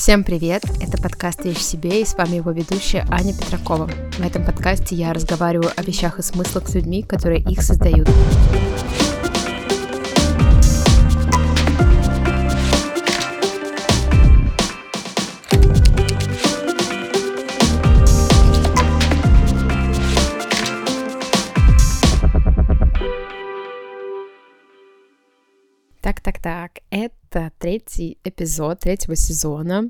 Всем привет! Это подкаст «Вещь в себе» и с вами его ведущая Аня Петракова. В этом подкасте я разговариваю о вещах и смыслах с людьми, которые их создают. Так, это третий эпизод третьего сезона,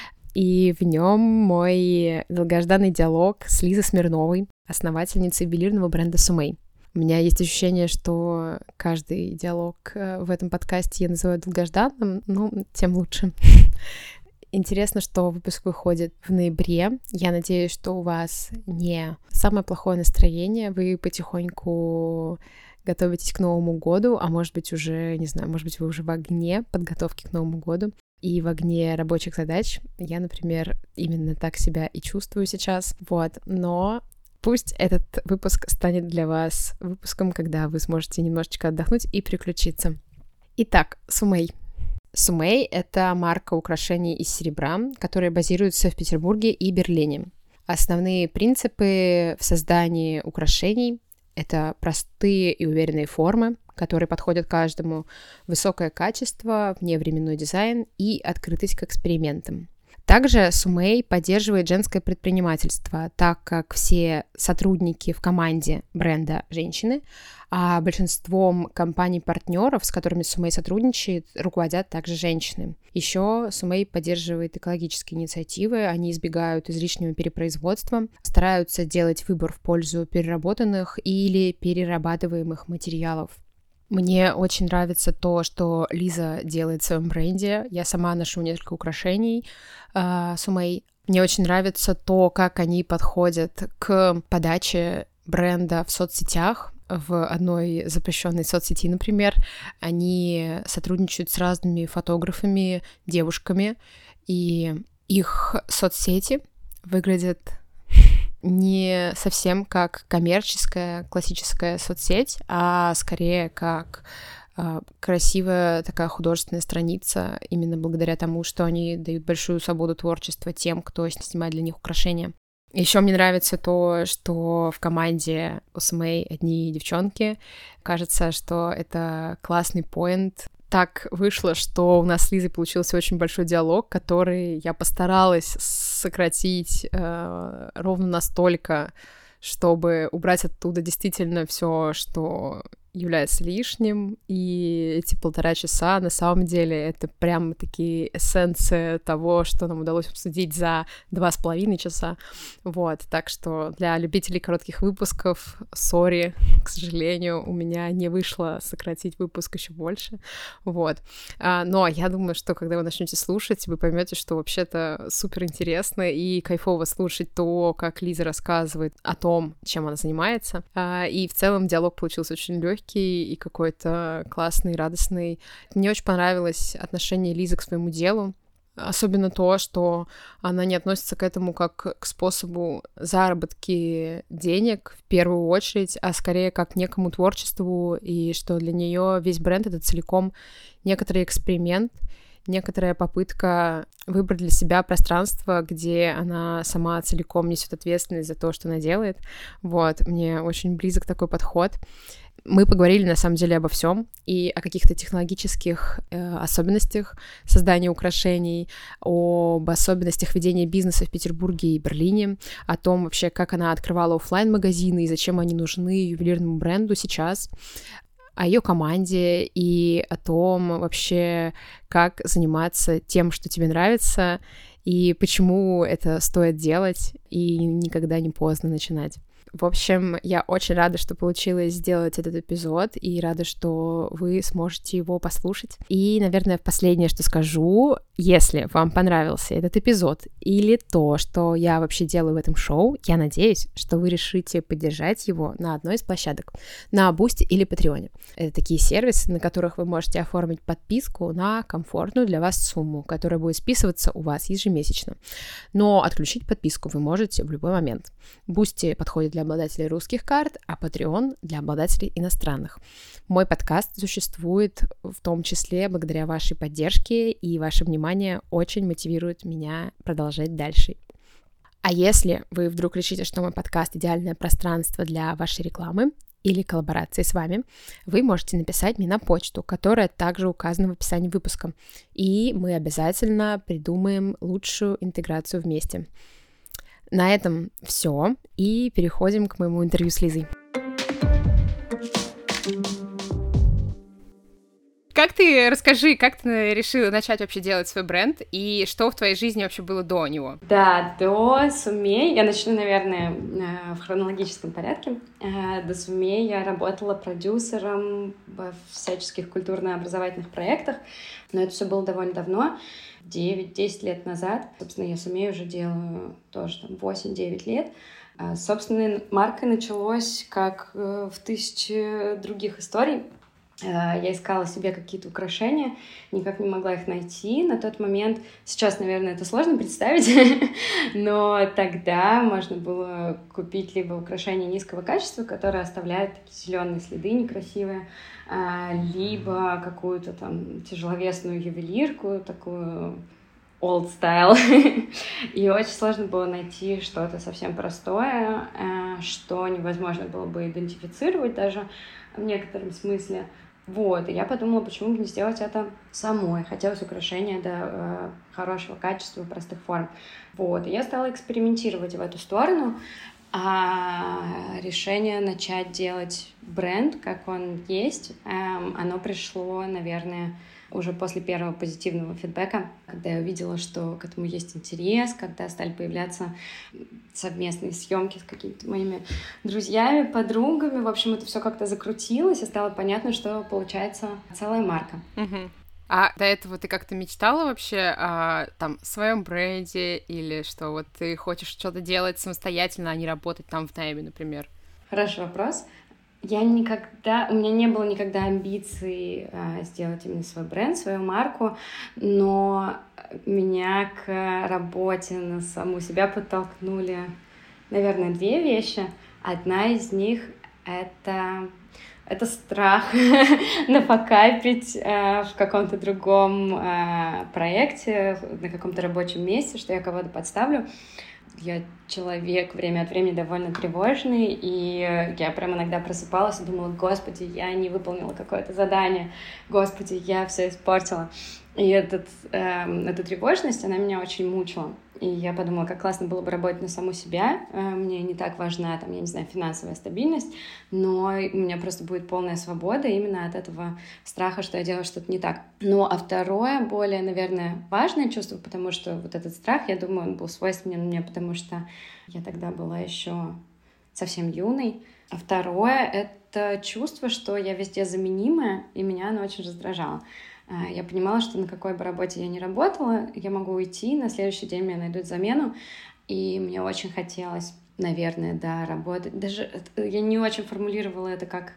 и в нем мой долгожданный диалог с Лизой Смирновой, основательницей ювелирного бренда Сумэй. У меня есть ощущение, что каждый диалог в этом подкасте я называю долгожданным, но тем лучше. Интересно, что выпуск выходит в ноябре. Я надеюсь, что у вас не самое плохое настроение, вы потихоньку готовитесь к Новому году, а может быть уже, не знаю, может быть вы уже в огне подготовки к Новому году и в огне рабочих задач. Я, например, именно так себя и чувствую сейчас, но пусть этот выпуск станет для вас выпуском, когда вы сможете немножечко отдохнуть и переключиться. Итак, Сумэй. Сумэй — это марка украшений из серебра, которая базируется в Петербурге и Берлине. Основные принципы в создании украшений — это простые и уверенные формы, которые подходят каждому, высокое качество, вневременной дизайн и открытость к экспериментам. Также Сумэй поддерживает женское предпринимательство, так как все сотрудники в команде бренда женщины, а большинством компаний-партнеров, с которыми Сумэй сотрудничает, руководят также женщины. Еще Сумэй поддерживает экологические инициативы, они избегают излишнего перепроизводства, стараются делать выбор в пользу переработанных или перерабатываемых материалов. Мне очень нравится то, что Лиза делает в своем бренде. Я сама ношу несколько украшений Сумэй. Мне очень нравится то, как они подходят к подаче бренда в соцсетях. В одной запрещенной соцсети, например, они сотрудничают с разными фотографами, девушками, и их соцсети выглядят не совсем как коммерческая, классическая соцсеть, а скорее как красивая такая художественная страница, именно благодаря тому, что они дают большую свободу творчества тем, кто снимает для них украшения. Еще мне нравится то, что в команде у Сумэй одни девчонки. Кажется, что это классный поинт. Так вышло, что у нас с Лизой получился очень большой диалог, который я постаралась сократить ровно настолько, чтобы убрать оттуда действительно все, что является лишним, и эти 1,5 часа на самом деле это прям такие эссенции того, что нам удалось обсудить за 2,5 часа. Так что для любителей коротких выпусков, сори, к сожалению, у меня не вышло сократить выпуск еще больше. Но я думаю, что когда вы начнете слушать, вы поймете, что вообще-то супер интересно и кайфово слушать то, как Лиза рассказывает о том, чем она занимается. И в целом диалог получился очень легкий и какой-то классный, радостный. Мне очень понравилось отношение Лизы к своему делу. Особенно то, что она не относится к этому как к способу заработки денег в первую очередь, а скорее как к некому творчеству, и что для нее весь бренд — это целиком некоторый эксперимент, некоторая попытка выбрать для себя пространство, где она сама целиком несет ответственность за то, что она делает. Мне очень близок такой подход. Мы поговорили, на самом деле, обо всем, и о каких-то технологических особенностях создания украшений, об особенностях ведения бизнеса в Петербурге и Берлине, о том вообще, как она открывала офлайн-магазины и зачем они нужны ювелирному бренду сейчас, о ее команде и о том вообще, как заниматься тем, что тебе нравится, и почему это стоит делать, и никогда не поздно начинать. В общем, я очень рада, что получилось сделать этот эпизод, и рада, что вы сможете его послушать. И, наверное, последнее, что скажу, если вам понравился этот эпизод или то, что я вообще делаю в этом шоу, я надеюсь, что вы решите поддержать его на одной из площадок, на Boosty или Patreon. Это такие сервисы, на которых вы можете оформить подписку на комфортную для вас сумму, которая будет списываться у вас ежемесячно. Но отключить подписку вы можете в любой момент. Boosty подходит для обладателей русских карт, а Patreon для обладателей иностранных. Мой подкаст существует в том числе благодаря вашей поддержке, и ваше внимание очень мотивирует меня продолжать дальше. А если вы вдруг решите, что мой подкаст — идеальное пространство для вашей рекламы или коллаборации с вами, вы можете написать мне на почту, которая также указана в описании выпуска, и мы обязательно придумаем лучшую интеграцию вместе. На этом все, и переходим к моему интервью с Лизой. Расскажи, как ты решила начать вообще делать свой бренд, и что в твоей жизни вообще было до него? Да, до Сумей, я начну, наверное, в хронологическом порядке. До Сумей я работала продюсером во всяческих культурно-образовательных проектах, но это все было довольно давно, 9-10 лет назад. Собственно, я Сумей уже делаю тоже там 8-9 лет. Собственно, маркой началось, как в тысяче других историй. Я искала себе какие-то украшения, никак не могла их найти на тот момент. Сейчас, наверное, это сложно представить, но тогда можно было купить либо украшения низкого качества, которые оставляют такие зеленые следы некрасивые, либо какую-то там тяжеловесную ювелирку, такую old style. И очень сложно было найти что-то совсем простое, что невозможно было бы идентифицировать даже в некотором смысле. Вот, и я подумала, почему бы не сделать это самой. Хотелось украшения хорошего качества, простых форм. Вот, и я стала экспериментировать в эту сторону. А решение начать делать бренд, как он есть, оно пришло, наверное, уже после первого позитивного фидбэка, когда я увидела, что к этому есть интерес, когда стали появляться совместные съемки с какими-то моими друзьями, подругами. В общем, это все как-то закрутилось, и стало понятно, что получается целая марка. Угу. А до этого ты как-то мечтала вообще о своем бренде, или что вот ты хочешь что-то делать самостоятельно, а не работать там в найме, например? Хороший вопрос. У меня не было никогда амбиций сделать именно свой бренд, свою марку, но меня к работе на саму себя подтолкнули, наверное, две вещи. Одна из них — это страх нафакапить в каком-то другом проекте, на каком-то рабочем месте, что я кого-то подставлю. Я человек время от времени довольно тревожный, и я прям иногда просыпалась и думала: господи, я не выполнила какое-то задание, господи, я все испортила. И эта тревожность, она меня очень мучила. И я подумала, как классно было бы работать на саму себя. Мне не так важна, я не знаю, финансовая стабильность, но у меня просто будет полная свобода именно от этого страха, что я делаю что-то не так. Ну, а второе, более, наверное, важное чувство, потому что вот этот страх, я думаю, он был свойственен мне, потому что я тогда была еще совсем юной. А второе — это чувство, что я везде заменимая, и меня оно очень раздражало. Я понимала, что на какой бы работе я ни работала, я могу уйти, на следующий день мне найдут замену, и мне очень хотелось, наверное, работать. Даже я не очень формулировала это как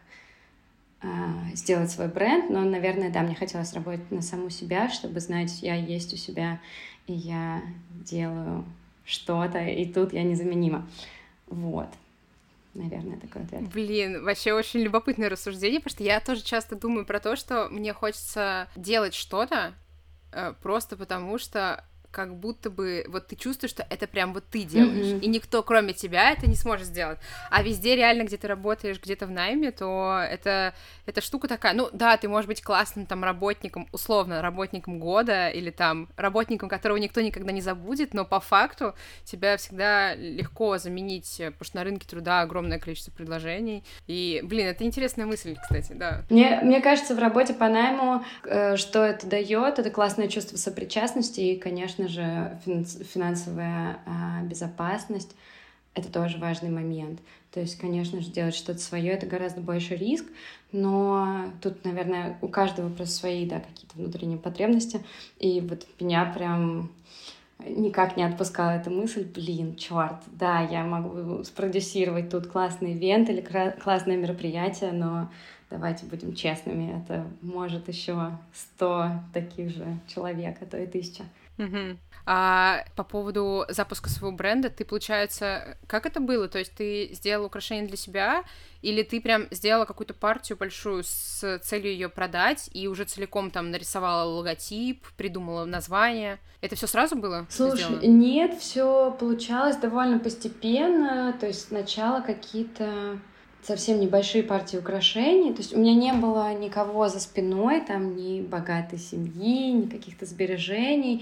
сделать свой бренд, но, наверное, мне хотелось работать на саму себя, чтобы знать, я есть у себя, и я делаю что-то, и тут я незаменима. Вот. Наверное, такой ответ. Блин, вообще очень любопытное рассуждение, потому что я тоже часто думаю про то, что мне хочется делать что-то просто потому, что как будто бы вот ты чувствуешь, что это прям вот ты делаешь, и никто, кроме тебя, это не сможет сделать. А везде реально, где ты работаешь, где-то в найме, то эта штука такая, ну да, ты можешь быть классным работником, условно, работником года, или работником, которого никто никогда не забудет, но по факту тебя всегда легко заменить, потому что на рынке труда огромное количество предложений. И, блин, это интересная мысль, кстати, да. Мне кажется, в работе по найму, что это дает, это классное чувство сопричастности и, конечно же, финансовая безопасность — это тоже важный момент. То есть, конечно же, делать что-то свое — это гораздо больше риск, но тут, наверное, у каждого просто свои, какие-то внутренние потребности. И вот меня прям никак не отпускала эта мысль: блин, черт, да, я могу спродюсировать тут классный ивент или классное мероприятие, но давайте будем честными, это может еще 100 таких же человек, а то и 1000. Мгм. А по поводу запуска своего бренда, ты, получается, как это было? То есть ты сделала украшение для себя, или ты прям сделала какую-то партию большую с целью ее продать и уже целиком там нарисовала логотип, придумала название? Это все сразу было Слушай, сделано? нет, все получалось довольно постепенно. То есть сначала какие-то совсем небольшие партии украшений. То есть у меня не было никого за спиной, там ни богатой семьи, ни каких-то сбережений.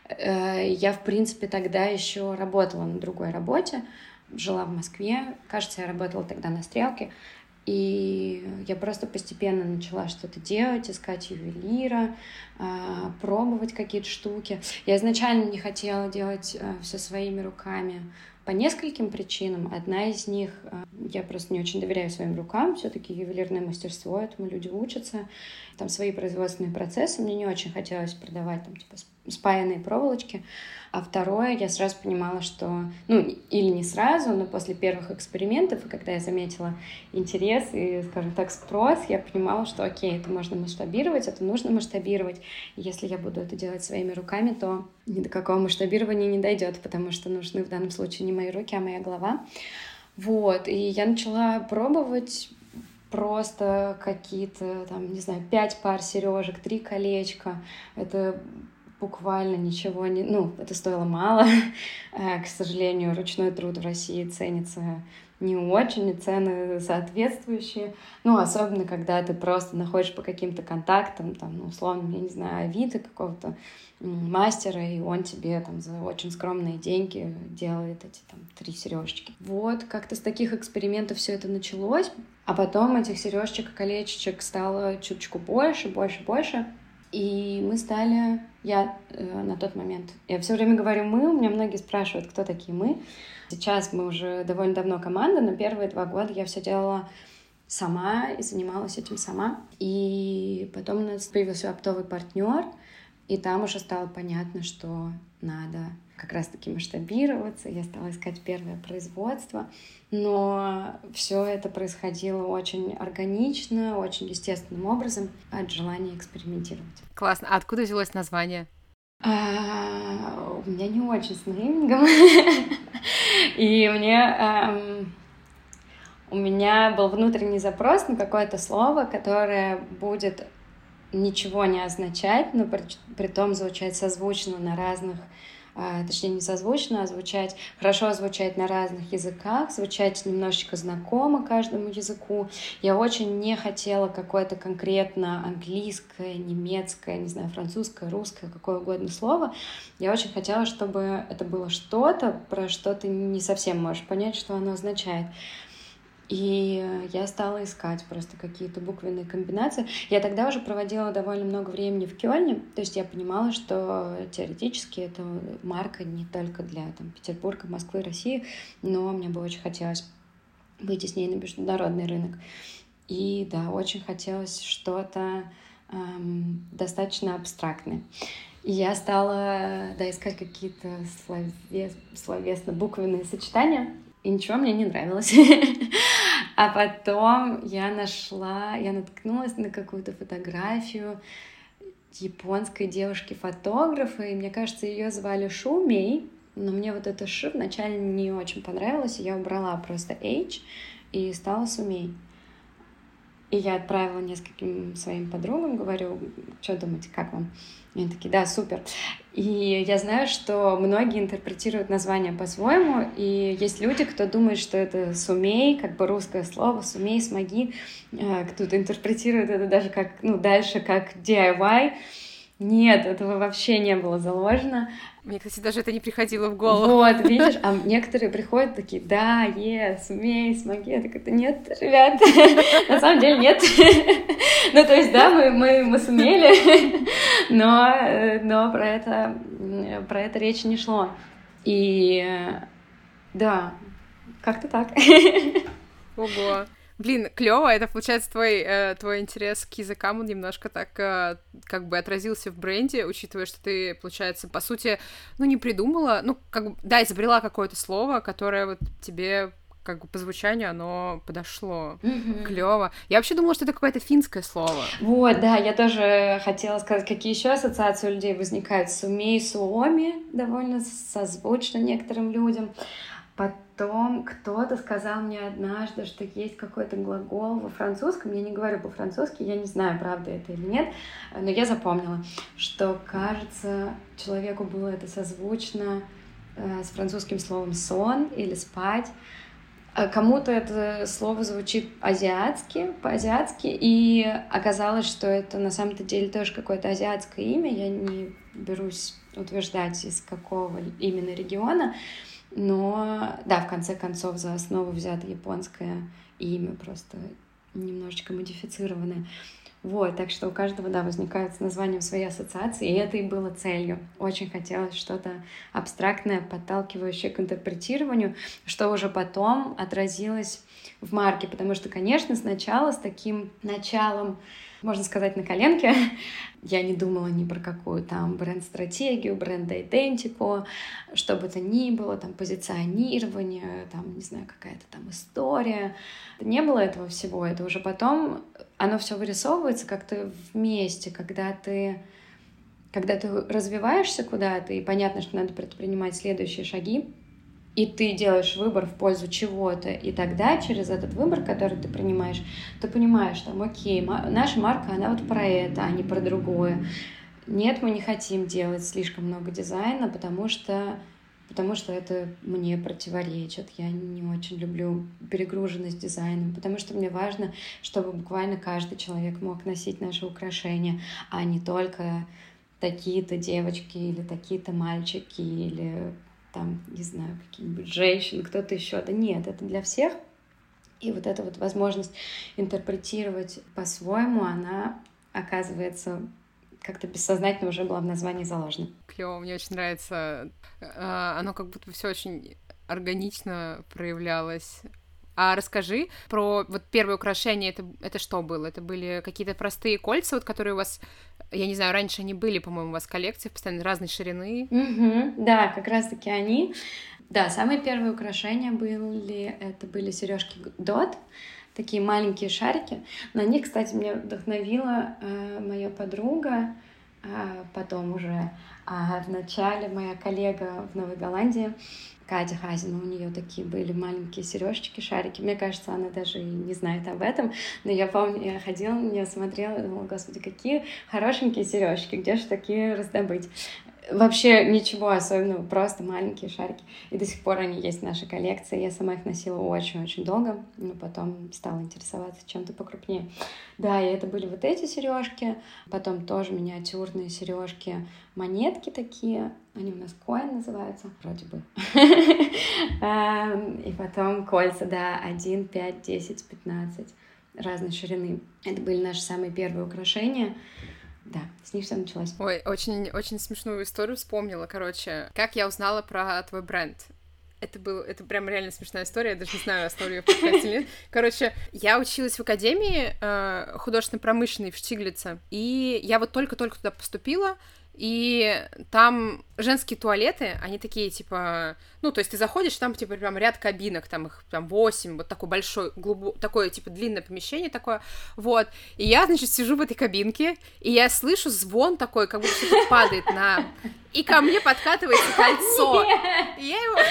Я, в принципе, тогда еще работала на другой работе, жила в Москве. Кажется, я работала тогда на «Стрелке». И я просто постепенно начала что-то делать, искать ювелира, пробовать какие-то штуки. Я изначально не хотела делать все своими руками по нескольким причинам. Одна из них я просто не очень доверяю своим рукам. Все-таки ювелирное мастерство, этому люди учатся. Там свои производственные процессы. Мне не очень хотелось продавать там типа спаянные проволочки. А второе, я сразу понимала, что... Ну, или не сразу, но после первых экспериментов, и когда я заметила интерес и, скажем так, спрос, я понимала, что окей, это можно масштабировать, это нужно масштабировать. И если я буду это делать своими руками, то ни до какого масштабирования не дойдет, потому что нужны в данном случае не мои руки, а моя голова. Вот, и я начала пробовать просто какие-то, там, не знаю, 5 пар сережек, 3 колечка. Это буквально ничего не... Ну, это стоило мало. К сожалению, ручной труд в России ценится не очень, и цены соответствующие. Ну, особенно, когда ты просто находишь по каким-то контактам, там, ну, условно, я не знаю, Авито какого-то мастера, и он тебе там за очень скромные деньги делает эти там 3 сережечки. Вот, как-то с таких экспериментов все это началось, а потом этих сережечек и колечечек стало чуточку больше, больше. И мы стали, я на тот момент, я все время говорю «мы», у меня многие спрашивают, кто такие мы. Сейчас мы уже довольно давно команда, но первые 2 года я все делала сама и занималась этим сама. И потом у нас появился оптовый партнер, и там уже стало понятно, что надо как раз-таки масштабироваться. Я стала искать первое производство. Но все это происходило очень органично, очень естественным образом от желания экспериментировать. Классно. А откуда взялось название? У меня не очень с неймингом. И у меня был внутренний запрос на какое-то слово, которое будет ничего не означать, но при том звучать созвучно на разных, точнее не созвучно, а хорошо звучать на разных языках, звучать немножечко знакомо каждому языку. Я очень не хотела какое-то конкретно английское, немецкое, не знаю, французское, русское, какое угодно слово. Я очень хотела, чтобы это было что-то, про что ты не совсем можешь понять, что оно означает. И я стала искать просто какие-то буквенные комбинации. Я тогда уже проводила довольно много времени в Кёльне, то есть я понимала, что теоретически это марка не только для там, Петербурга, Москвы, России, но мне бы очень хотелось выйти с ней на международный рынок. И да, очень хотелось что-то достаточно абстрактное. И я стала искать какие-то словесно-буквенные сочетания, и ничего мне не нравилось. А потом я наткнулась на какую-то фотографию японской девушки-фотографа, и мне кажется, ее звали Шу Мей, но мне вот это Ш вначале не очень понравилось, и я убрала просто H и стала Сумей. И я отправила нескольким своим подругам, говорю, что думаете, как вам? И они такие, да, супер. И я знаю, что многие интерпретируют название по-своему, и есть люди, кто думает, что это «сумей», как бы русское слово, «сумей», «смоги». Кто-то интерпретирует это даже как, дальше как DIY. Нет, этого вообще не было заложено. Мне, кстати, даже это не приходило в голову. Вот, видишь, а некоторые приходят такие, да, сумей, смоги. Я такая, нет, ребят, на самом деле нет. Ну, то есть, да, мы сумели, но про это речи не шло. И да, как-то так. Ого. Блин, клево, это, получается, твой интерес к языкам, он немножко так как бы отразился в бренде, учитывая, что ты, получается, по сути, не придумала, изобрела какое-то слово, которое вот тебе как бы по звучанию оно подошло. Клево. Я вообще думала, что это какое-то финское слово. Вот, да, я тоже хотела сказать, какие еще ассоциации у людей возникают. Сумей, Suomi довольно созвучно некоторым людям. Потом кто-то сказал мне однажды, что есть какой-то глагол во французском. Я не говорю по-французски, я не знаю, правда это или нет, но я запомнила, что, кажется, человеку было это созвучно с французским словом «сон» или «спать». Кому-то это слово звучит по-азиатски, и оказалось, что это на самом-то деле тоже какое-то азиатское имя. Я не берусь утверждать, из какого именно региона, но да, в конце концов за основу взято японское имя, просто немножечко модифицированное. Вот, так что у каждого, да, возникают с названием свои ассоциации, и это и было целью. Очень хотелось что-то абстрактное, подталкивающее к интерпретированию, что уже потом отразилось в марке, потому что, конечно, сначала с таким началом, можно сказать, на коленке, я не думала ни про какую там бренд-стратегию, бренд-идентику, что бы то ни было, там, позиционирование, там, не знаю, какая-то там история. Не было этого всего, это уже потом, оно все вырисовывается как-то вместе, когда ты развиваешься куда-то, и понятно, что надо предпринимать следующие шаги, и ты делаешь выбор в пользу чего-то, и тогда через этот выбор, который ты принимаешь, ты понимаешь, там, окей, наша марка, она вот про это, а не про другое. Нет, мы не хотим делать слишком много дизайна, потому что это мне противоречит. Я не очень люблю перегруженность дизайном, потому что мне важно, чтобы буквально каждый человек мог носить наши украшения, а не только такие-то девочки или такие-то мальчики или там, не знаю, какие-нибудь женщины, кто-то еще. Да нет, это для всех. И вот эта вот возможность интерпретировать по-своему, она, оказывается, как-то бессознательно уже была в названии заложена. Клево, мне очень нравится. Оно как будто все очень органично проявлялось. А расскажи про вот первое украшение, это что было? Это были какие-то простые кольца, вот которые у вас, я не знаю, раньше они были, по-моему, у вас в коллекциях, постоянно разной ширины. Да, как раз-таки они. Да, самые первые украшения это были сережки Dot, такие маленькие шарики. На них, кстати, меня вдохновила моя подруга, потом уже вначале моя коллега в Новой Голландии, Катя Хазина, у нее такие были маленькие сережечки, шарики. Мне кажется, она даже и не знает об этом. Но я помню, я ходила на нее, смотрела и думала, господи, какие хорошенькие сережки, где же такие раздобыть? Вообще ничего особенного, просто маленькие шарики. И до сих пор они есть в нашей коллекции. Я сама их носила очень-очень долго, но потом стала интересоваться чем-то покрупнее. Да, и это были вот эти сережки, потом тоже миниатюрные сережки, монетки такие, они у нас коин называются, вроде бы. И потом кольца, да, 1, 5, 10, 15 разной ширины. Это были наши самые первые украшения. Да, с них все началось. Ой, очень смешную историю вспомнила, короче. Как я узнала про твой бренд? Это прям реально смешная история, я даже не знаю, оставлю ее в подкасте или нет. Короче, я училась в академии художественно-промышленной в Штиглице, и я вот только-только туда поступила, и там женские туалеты, они такие, типа, ну, то есть ты заходишь, там, типа, прям ряд кабинок, там их там 8, вот такой большой, такое, типа, длинное помещение такое, вот, и я, значит, сижу в этой кабинке, и я слышу звон такой, как будто что-то падает и ко мне подкатывается кольцо, и я его,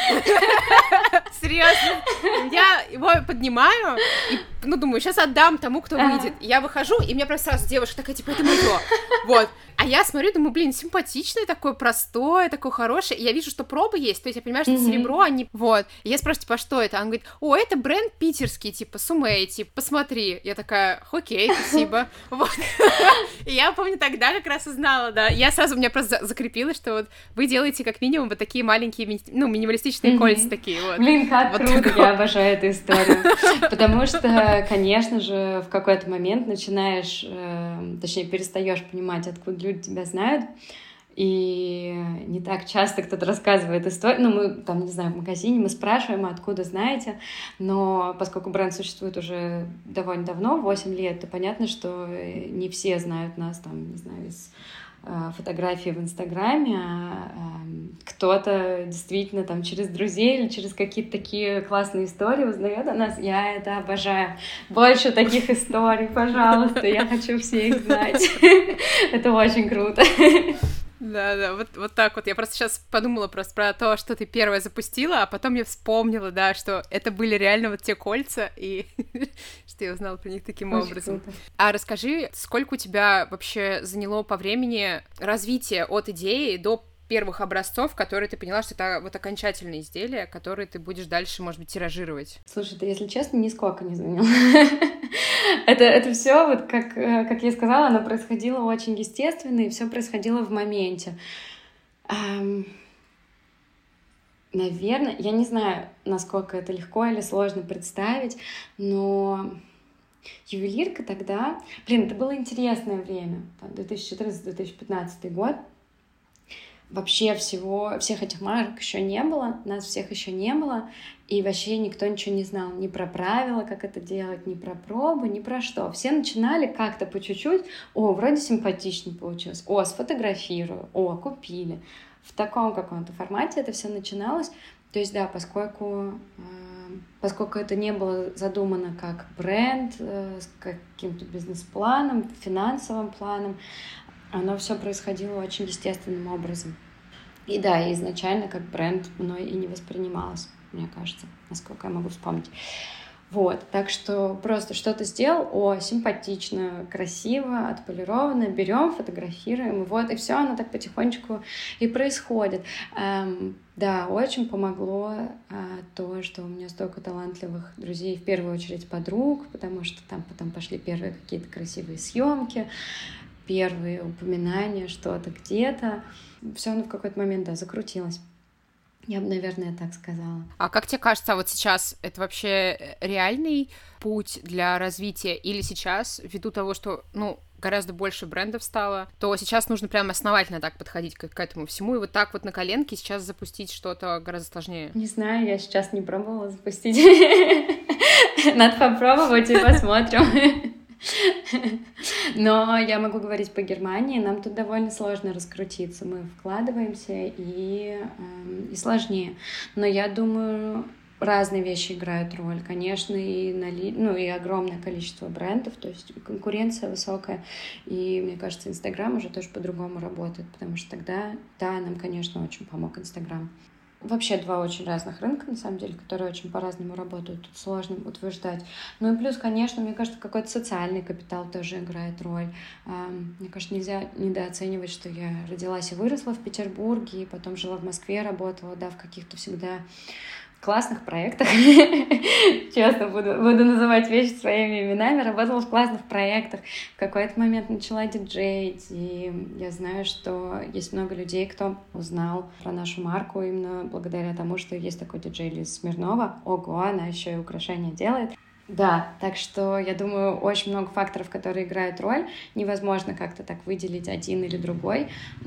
серьезно, я его поднимаю, и, ну, думаю, сейчас отдам тому, кто выйдет, и я выхожу, и мне просто сразу девушка такая, типа, это моё, вот, а я смотрю, думаю, блин, симпатичное такое, простое, такое хорошее, и я вижу, что пробы есть, то есть я понимаю, что это серебро, они, вот, и я спрашиваю, типа, что это? Он говорит, о, это бренд питерский, типа, Сумэй, типа, посмотри, я такая, окей, спасибо, вот, и я помню, тогда как раз узнала, да, я сразу, у меня просто закрепилось, что вот вы делаете как минимум вот такие маленькие, ну, минималистичные кольца такие, вот. Блин, как вот круто, такого. Я обожаю эту историю, потому что, конечно же, в какой-то момент начинаешь, точнее, перестаешь понимать, откуда люди тебя знают, и не так часто кто-то рассказывает историю, ну, мы там, не знаю, в магазине, мы спрашиваем, откуда знаете, но поскольку бренд существует уже довольно давно, 8 лет, то понятно, что не все знают нас, там, не знаю, из фотографии в Инстаграме, кто-то действительно там через друзей или через какие-то такие классные истории узнает о нас. Я это обожаю. Больше таких историй, пожалуйста, я хочу все их знать. Это очень круто. Да, вот так вот. Я просто сейчас подумала просто про то, что ты первое запустила, а потом я вспомнила, да, что это были реально вот те кольца, и что я узнала про них таким Очень образом. круто. А расскажи, сколько у тебя вообще заняло по времени развитие от идеи до первых образцов, которые ты поняла, что это вот окончательные изделия, которые ты будешь дальше, может быть, тиражировать? Слушай, ты, если честно, нисколько не заняла. Это все, вот как я сказала, оно происходило очень естественно, и все происходило в моменте. Наверное, я не знаю, насколько это легко или сложно представить, но ювелирка тогда... это было интересное время, 2014-2015 год. Вообще всех этих марок еще не было, нас всех еще не было, и вообще никто ничего не знал ни про правила, как это делать, ни про пробы, ни про что. Все начинали как-то по чуть-чуть, вроде симпатично получилось, сфотографирую, купили. В таком каком-то формате это все начиналось. То есть, да, поскольку это не было задумано как бренд с каким-то бизнес-планом, финансовым планом, оно все происходило очень естественным образом. И да, изначально как бренд мной и не воспринималось, мне кажется, насколько я могу вспомнить. Вот, так что просто что-то сделал, симпатично, красиво, отполировано, берем, фотографируем, и все оно так потихонечку и происходит. Да, очень помогло то, что у меня столько талантливых друзей, в первую очередь подруг, потому что там потом пошли первые какие-то красивые съемки, первые упоминания, что-то где-то. Все оно в какой-то момент, да, закрутилось. Я бы, наверное, так сказала. А как тебе кажется, вот сейчас это вообще реальный путь для развития? Или сейчас, ввиду того, что, гораздо больше брендов стало, то сейчас нужно прям основательно так подходить к этому всему, и вот так вот на коленке сейчас запустить что-то гораздо сложнее? Не знаю, я сейчас не пробовала запустить. Надо попробовать и посмотрим. Но я могу говорить по Германии, нам тут довольно сложно раскрутиться, мы вкладываемся и сложнее. Но я думаю, разные вещи играют роль, конечно, и огромное количество брендов, то есть конкуренция высокая, и мне кажется, Инстаграм уже тоже по-другому работает, потому что тогда, да, нам, конечно, очень помог Инстаграм. Вообще два очень разных рынка, на самом деле, которые очень по-разному работают. Тут сложно утверждать. Ну и плюс, конечно, мне кажется, какой-то социальный капитал тоже играет роль. Мне кажется, нельзя недооценивать, что я родилась и выросла в Петербурге, и потом жила в Москве, работала, да, в каких-то всегда классных проектах. Честно, буду называть вещи своими именами. Работала в классных проектах. В какой-то момент начала диджеить. И я знаю, что есть много людей, кто узнал про нашу марку именно благодаря тому, что есть такой диджей Лиза Смирнова. Ого, она еще и украшения делает. Да, так что я думаю, очень много факторов, которые играют роль. Невозможно как-то так выделить один или другой,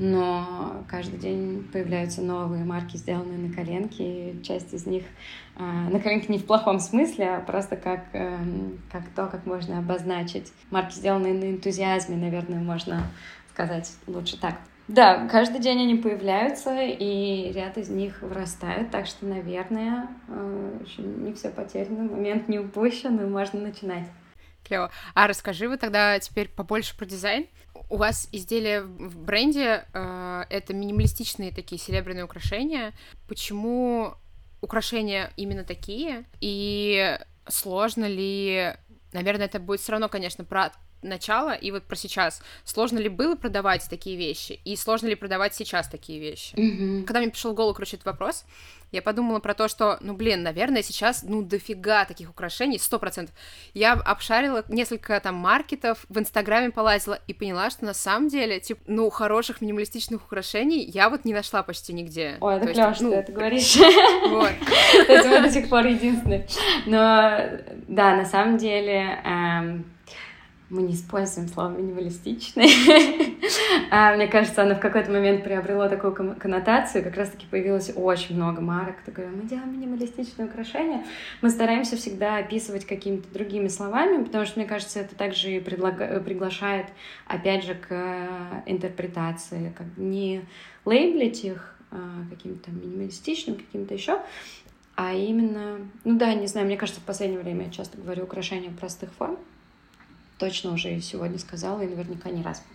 но каждый день появляются новые марки, сделанные на коленке, и часть из них на коленке не в плохом смысле, а просто как то, как можно обозначить. Марки, сделанные на энтузиазме, наверное, можно сказать лучше так. Да, каждый день они появляются, и ряд из них вырастают, так что, наверное, еще не все потеряно, момент не упущен, и можно начинать. Клево. А расскажи вы тогда теперь побольше про дизайн. У вас изделия в бренде это минималистичные такие серебряные украшения. Почему украшения именно такие? И сложно ли... Наверное, это будет все равно, конечно, про начало и вот про сейчас. Сложно ли было продавать такие вещи? И сложно ли продавать сейчас такие вещи? Mm-hmm. Когда мне пришел в голову, этот вопрос, я подумала про то, что, наверное, сейчас, дофига таких украшений, 100%. Я обшарила несколько там маркетов, в Инстаграме полазила и поняла, что на самом деле, хороших минималистичных украшений я вот не нашла почти нигде. Ой, это клево, что ты это говоришь. Вот. То есть мы до сих пор единственные. Но, да, на самом деле... Мы не используем слово «минималистичный». Мне кажется, оно в какой-то момент приобрело такую коннотацию. Как раз-таки появилось очень много марок, которые мы делаем минималистичные украшения. Мы стараемся всегда описывать какими-то другими словами, потому что, мне кажется, это также и приглашает, опять же, к интерпретации. Как не лейблить их каким-то минималистичным, каким-то еще, а именно... Ну да, не знаю, мне кажется, в последнее время я часто говорю украшения простых форм. Точно уже и сегодня сказала, и наверняка не раз.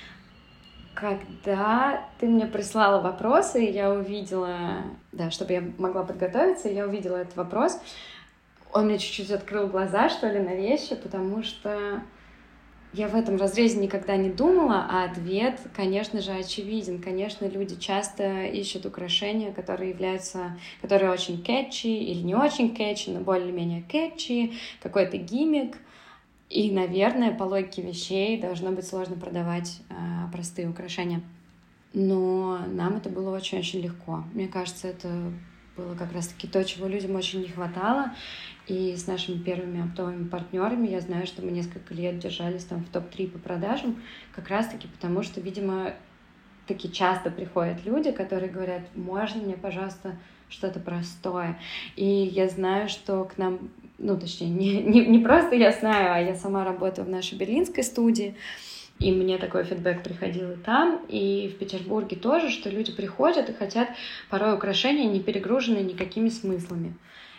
Когда ты мне прислала вопросы, я увидела, да, чтобы я могла подготовиться, я увидела этот вопрос. Он мне чуть-чуть открыл глаза, что ли, на вещи, потому что я в этом разрезе никогда не думала, а ответ, конечно же, очевиден. Конечно, люди часто ищут украшения, которые очень кэтчи или не очень кэтчи, но более-менее кэтчи, какой-то гиммик. И, наверное, по логике вещей должно быть сложно продавать простые украшения. Но нам это было очень-очень легко. Мне кажется, это было как раз-таки то, чего людям очень не хватало. И с нашими первыми оптовыми партнерами я знаю, что мы несколько лет держались там в топ-3 по продажам, как раз-таки потому, что, видимо, таки часто приходят люди, которые говорят: можно мне, пожалуйста, что-то простое. И я знаю, что к нам... Ну, точнее, не просто я знаю, а я сама работаю в нашей берлинской студии, и мне такой фидбэк приходил и там, и в Петербурге тоже, что люди приходят и хотят порой украшения, не перегруженные никакими смыслами.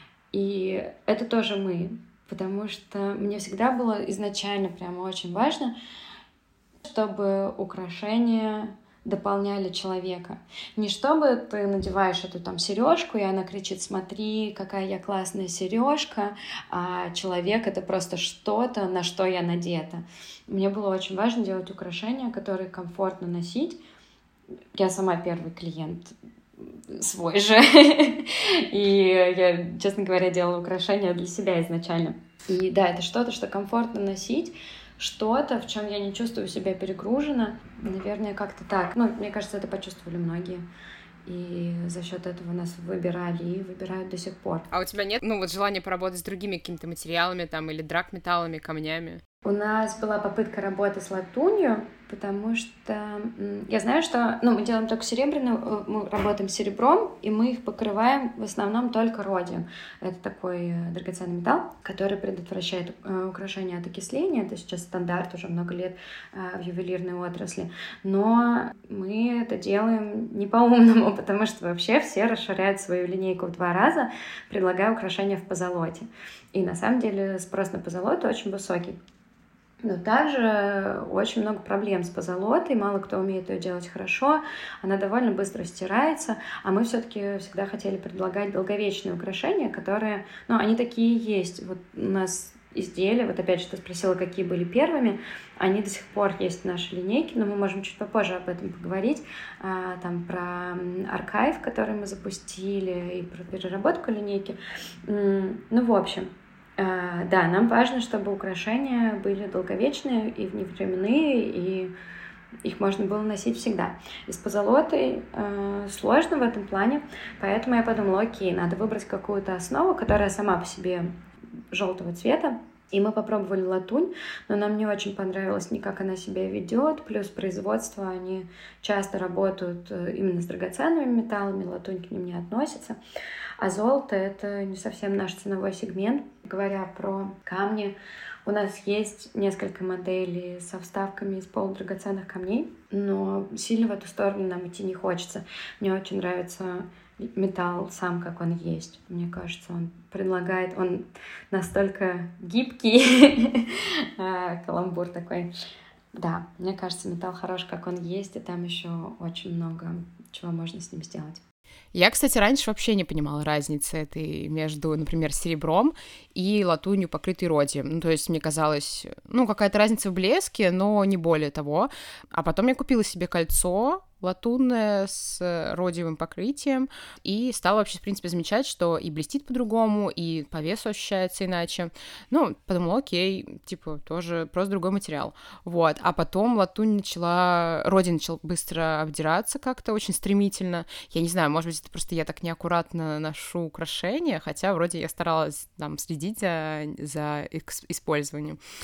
И это тоже мы, потому что мне всегда было изначально прямо очень важно, чтобы украшения дополняли человека. Не чтобы ты надеваешь эту там сережку, и она кричит: смотри, какая я классная сережка, а человек — это просто что-то, на что я надета. Мне было очень важно делать украшения, которые комфортно носить. Я сама первый клиент свой же. И я, честно говоря, делала украшения для себя изначально. И да, это что-то, что комфортно носить, что-то, в чем я не чувствую себя перегружена. Наверное, как-то так. Ну, мне кажется, это почувствовали многие. И за счет этого нас выбирали и выбирают до сих пор. А у тебя нет, желания поработать с другими какими-то материалами там или драгметаллами, камнями? У нас была попытка работы с латунью, потому что я знаю, что мы делаем только серебряную, мы работаем с серебром, и мы их покрываем в основном только родием. Это такой драгоценный металл, который предотвращает украшение от окисления. Это сейчас стандарт уже много лет в ювелирной отрасли. Но мы это делаем не по-умному, потому что вообще все расширяют свою линейку в 2 раза, предлагая украшения в позолоте. И на самом деле спрос на позолоту очень высокий. Но также очень много проблем с позолотой, мало кто умеет ее делать хорошо, она довольно быстро стирается, а мы все-таки всегда хотели предлагать долговечные украшения, которые, они такие есть. Вот у нас изделия, вот опять же ты спросила, какие были первыми, они до сих пор есть в нашей линейке, но мы можем чуть попозже об этом поговорить, там про архив, который мы запустили, и про переработку линейки. В общем... Да, нам важно, чтобы украшения были долговечные и вневременные, и их можно было носить всегда. И с позолотой сложно в этом плане, поэтому я подумала: окей, надо выбрать какую-то основу, которая сама по себе желтого цвета. И мы попробовали латунь, но нам не очень понравилось ни как она себя ведет, плюс производство, они часто работают именно с драгоценными металлами, латунь к ним не относится. А золото — это не совсем наш ценовой сегмент. Говоря про камни, у нас есть несколько моделей со вставками из полудрагоценных камней, но сильно в эту сторону нам идти не хочется. Мне очень нравится металл сам, как он есть. Мне кажется, он настолько гибкий, каламбур такой. Да, мне кажется, металл хорош, как он есть, и там еще очень много чего можно с ним сделать. Я, кстати, раньше вообще не понимала разницы этой между, например, серебром и латунью, покрытой родием. То есть мне казалось, какая-то разница в блеске, но не более того. А потом я купила себе кольцо латунное с родиевым покрытием и стала вообще, в принципе, замечать, что и блестит по-другому, и по весу ощущается иначе. Подумала: окей, тоже просто другой материал. Вот. А потом родин начал быстро обдираться как-то очень стремительно. Я не знаю, может быть, это просто я так неаккуратно ношу украшения, хотя вроде я старалась следить за использованием.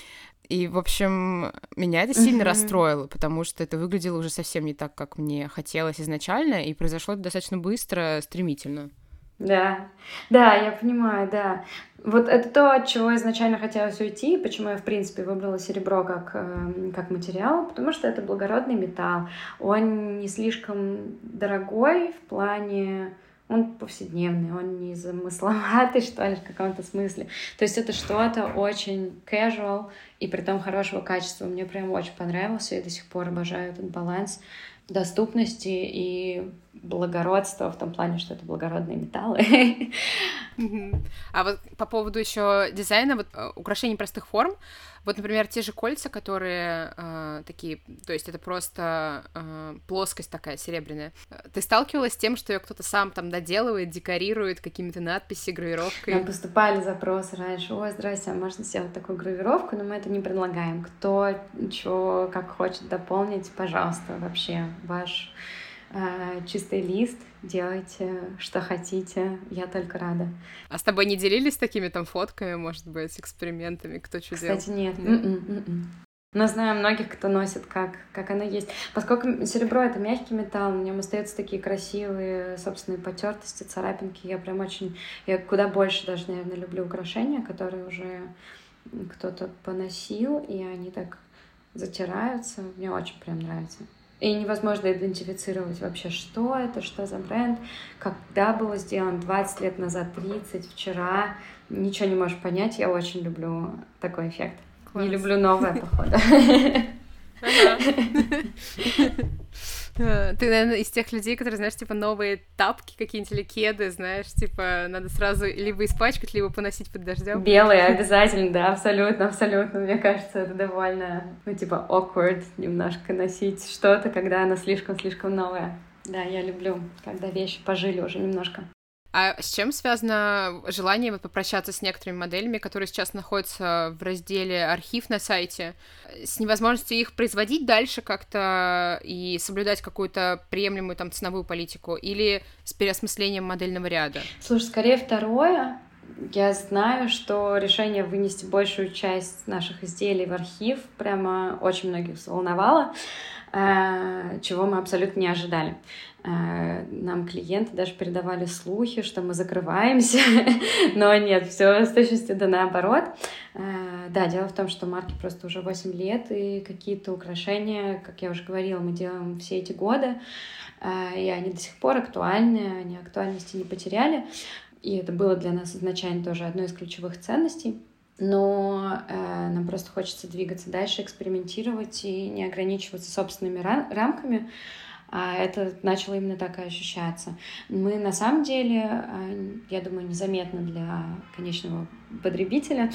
И, в общем, меня это сильно расстроило, потому что это выглядело уже совсем не так, как мне хотелось изначально, и произошло это достаточно быстро, стремительно. Да, да, я понимаю, да. Вот это то, от чего изначально хотелось уйти, почему я, в принципе, выбрала серебро как материал, потому что это благородный металл. Он не слишком дорогой в плане... Он повседневный, он не замысловатый, что ли, в каком-то смысле. То есть это что-то очень casual и при том хорошего качества. Мне прям очень понравилось, и я до сих пор обожаю этот баланс доступности и благородства в том плане, что это благородные металлы. А вот по поводу еще дизайна, вот украшений простых форм, вот, например, те же кольца, которые такие, то есть это просто плоскость такая серебряная. Ты сталкивалась с тем, что ее кто-то сам там доделывает, декорирует какими-то надписями, гравировкой? Нам поступали запросы раньше: ой, здрасте, а можно сделать такую гравировку? Но мы это не предлагаем. Кто что, как хочет дополнить, пожалуйста, вообще ваш чистый лист, делайте, что хотите, я только рада. А с тобой не делились такими там фотками, может быть, экспериментами, кто что делал? Кстати, нет. Но знаю многих, кто носит как оно есть. Поскольку серебро — это мягкий металл, на нем остаются такие красивые собственные потертости, царапинки. Я куда больше даже, наверное, люблю украшения, которые уже кто-то поносил, и они так затираются. Мне очень прям нравится. И невозможно идентифицировать вообще, что это, что за бренд, когда было сделано, 20 лет назад, 30, вчера. Ничего не можешь понять. Я очень люблю такой эффект. Класс. Не люблю новое, походу. Ты, наверное, из тех людей, которые, знаешь, типа новые тапки какие-нибудь или кеды, знаешь, типа надо сразу либо испачкать, либо поносить под дождем. Белые обязательно, да, абсолютно, абсолютно. Мне кажется, это довольно, типа awkward немножко носить что-то, когда оно слишком-слишком новое. Да, я люблю, когда вещи пожили уже немножко. А с чем связано желание вот попрощаться с некоторыми моделями, которые сейчас находятся в разделе «Архив» на сайте, с невозможностью их производить дальше как-то и соблюдать какую-то приемлемую там ценовую политику, или с переосмыслением модельного ряда? Слушай, скорее второе. Я знаю, что решение вынести большую часть наших изделий в архив прямо очень многих взволновало, чего мы абсолютно не ожидали. Нам клиенты даже передавали слухи, что мы закрываемся, но нет, все с точностью да наоборот. Да, дело в том, что марке просто уже 8 лет, и какие-то украшения, как я уже говорила, мы делаем все эти годы, и они до сих пор актуальны, они актуальности не потеряли, и это было для нас изначально тоже одной из ключевых ценностей. Но нам просто хочется двигаться дальше, экспериментировать и не ограничиваться собственными рамками. А это начало именно так и ощущаться. Мы на самом деле, я думаю, незаметно для конечного потребителя,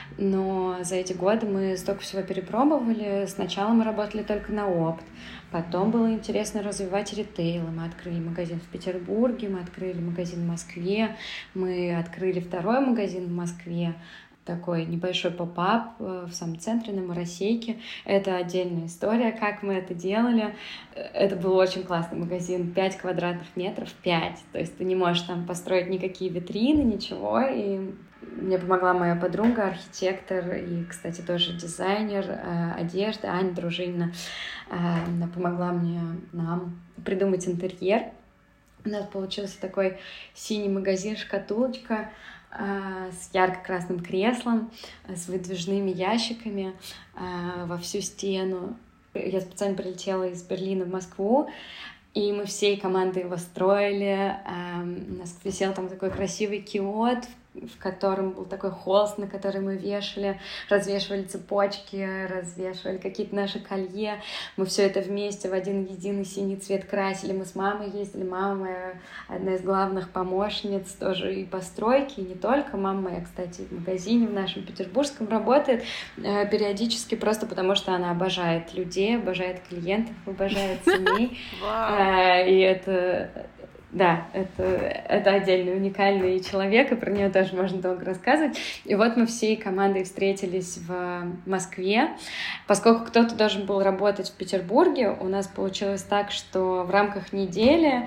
но за эти годы мы столько всего перепробовали. Сначала мы работали только на опыт, потом было интересно развивать ритейл. Мы открыли магазин в Петербурге, мы открыли магазин в Москве, мы открыли второй магазин в Москве, такой небольшой поп-ап в самом центре, на Моросейке. Это отдельная история, как мы это делали. Это был очень классный магазин, 5 квадратных метров, 5. То есть ты не можешь там построить никакие витрины, ничего. И мне помогла моя подруга, архитектор и, кстати, тоже дизайнер одежды, Аня Дружинина. Она помогла нам придумать интерьер. У нас получился такой синий магазин-шкатулочка с ярко-красным креслом, с выдвижными ящиками во всю стену. Я специально прилетела из Берлина в Москву, и мы всей командой его строили. У нас висел там такой красивый киот, в котором был такой холст, на который мы развешивали цепочки, развешивали какие-то наши колье. Мы все это вместе в один единый синий цвет красили. Мы с мамой ездили. Мама моя одна из главных помощниц тоже и по стройке, и не только. Мама моя, кстати, в магазине в нашем петербургском работает периодически просто потому, что она обожает людей, обожает клиентов, обожает семей. И это... Да, это отдельный уникальный человек, и про нее тоже можно долго рассказывать. И вот мы всей командой встретились в Москве. Поскольку кто-то должен был работать в Петербурге, у нас получилось так, что в рамках недели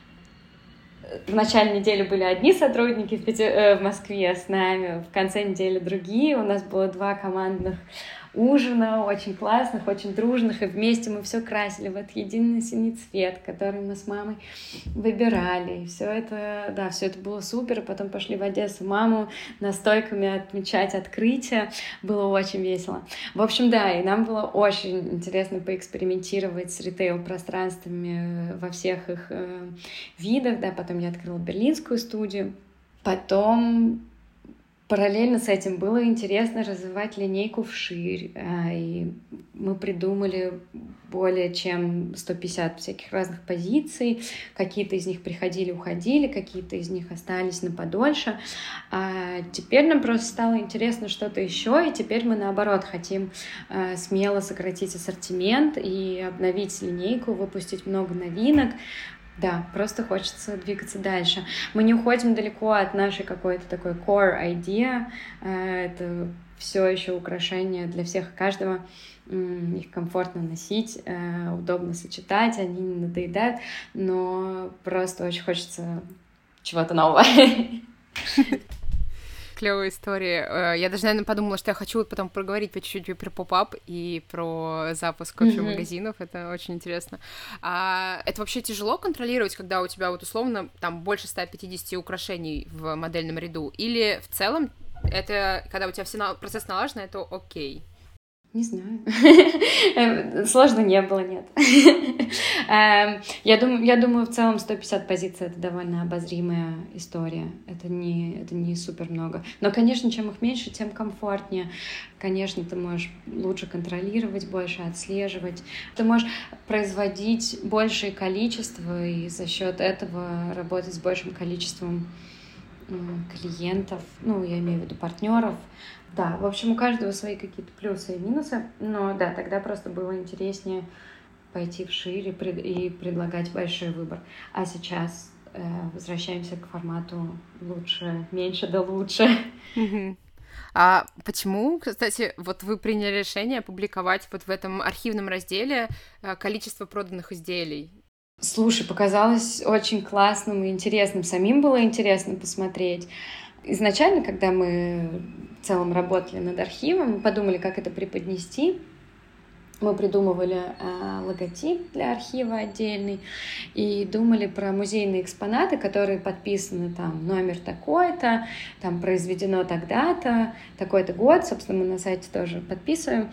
в начале недели были одни сотрудники в Москве с нами, в конце недели другие. У нас было 2 командных ужина, очень классных, очень дружных, и вместе мы все красили в этот единый синий цвет, который мы с мамой выбирали. И все это, да, все это было супер. И потом пошли в Одессу маму настойками отмечать открытие. Было очень весело. В общем, да, и нам было очень интересно поэкспериментировать с ритейл-пространствами во всех их видах, да, потом я открыла берлинскую студию, потом параллельно с этим было интересно развивать линейку вширь, и мы придумали более чем 150 всяких разных позиций, какие-то из них приходили, уходили, какие-то из них остались на подольше, а теперь нам просто стало интересно что-то еще, и теперь мы наоборот хотим смело сократить ассортимент и обновить линейку, выпустить много новинок. Да, просто хочется двигаться дальше. Мы не уходим далеко от нашей какой-то такой core idea. Это все еще украшения для всех и каждого. Их комфортно носить, удобно сочетать, они не надоедают, но просто очень хочется чего-то нового. Клевая история. Я даже, наверное, подумала, что я хочу вот потом проговорить по чуть-чуть про поп-ап и про запуск вообще магазинов. Это очень интересно. Это вообще тяжело контролировать, когда у тебя вот условно там больше 150 украшений в модельном ряду? Или в целом это, когда у тебя все процесс налажен, это окей? Не знаю. Сложно не было, нет. Я думаю, в целом 150 позиций — это довольно обозримая история. Это не супер много. Но, конечно, чем их меньше, тем комфортнее. Конечно, ты можешь лучше контролировать, больше отслеживать. Ты можешь производить большее количество и за счет этого работать с большим количеством клиентов, ну, я имею в виду партнеров. Да, в общем, у каждого свои какие-то плюсы и минусы, но да, тогда просто было интереснее пойти вширь и предлагать большой выбор. А сейчас возвращаемся к формату лучше, меньше да лучше. А почему, кстати, вот вы приняли решение публиковать вот в этом архивном разделе количество проданных изделий? Слушай, показалось очень классным и интересным. Самим было интересно посмотреть. Изначально, когда мы в целом работали над архивом, мы подумали, как это преподнести. Мы придумывали логотип для архива отдельный и думали про музейные экспонаты, которые подписаны там номер такой-то, там произведено тогда-то, такой-то год. Собственно, мы на сайте тоже подписываем.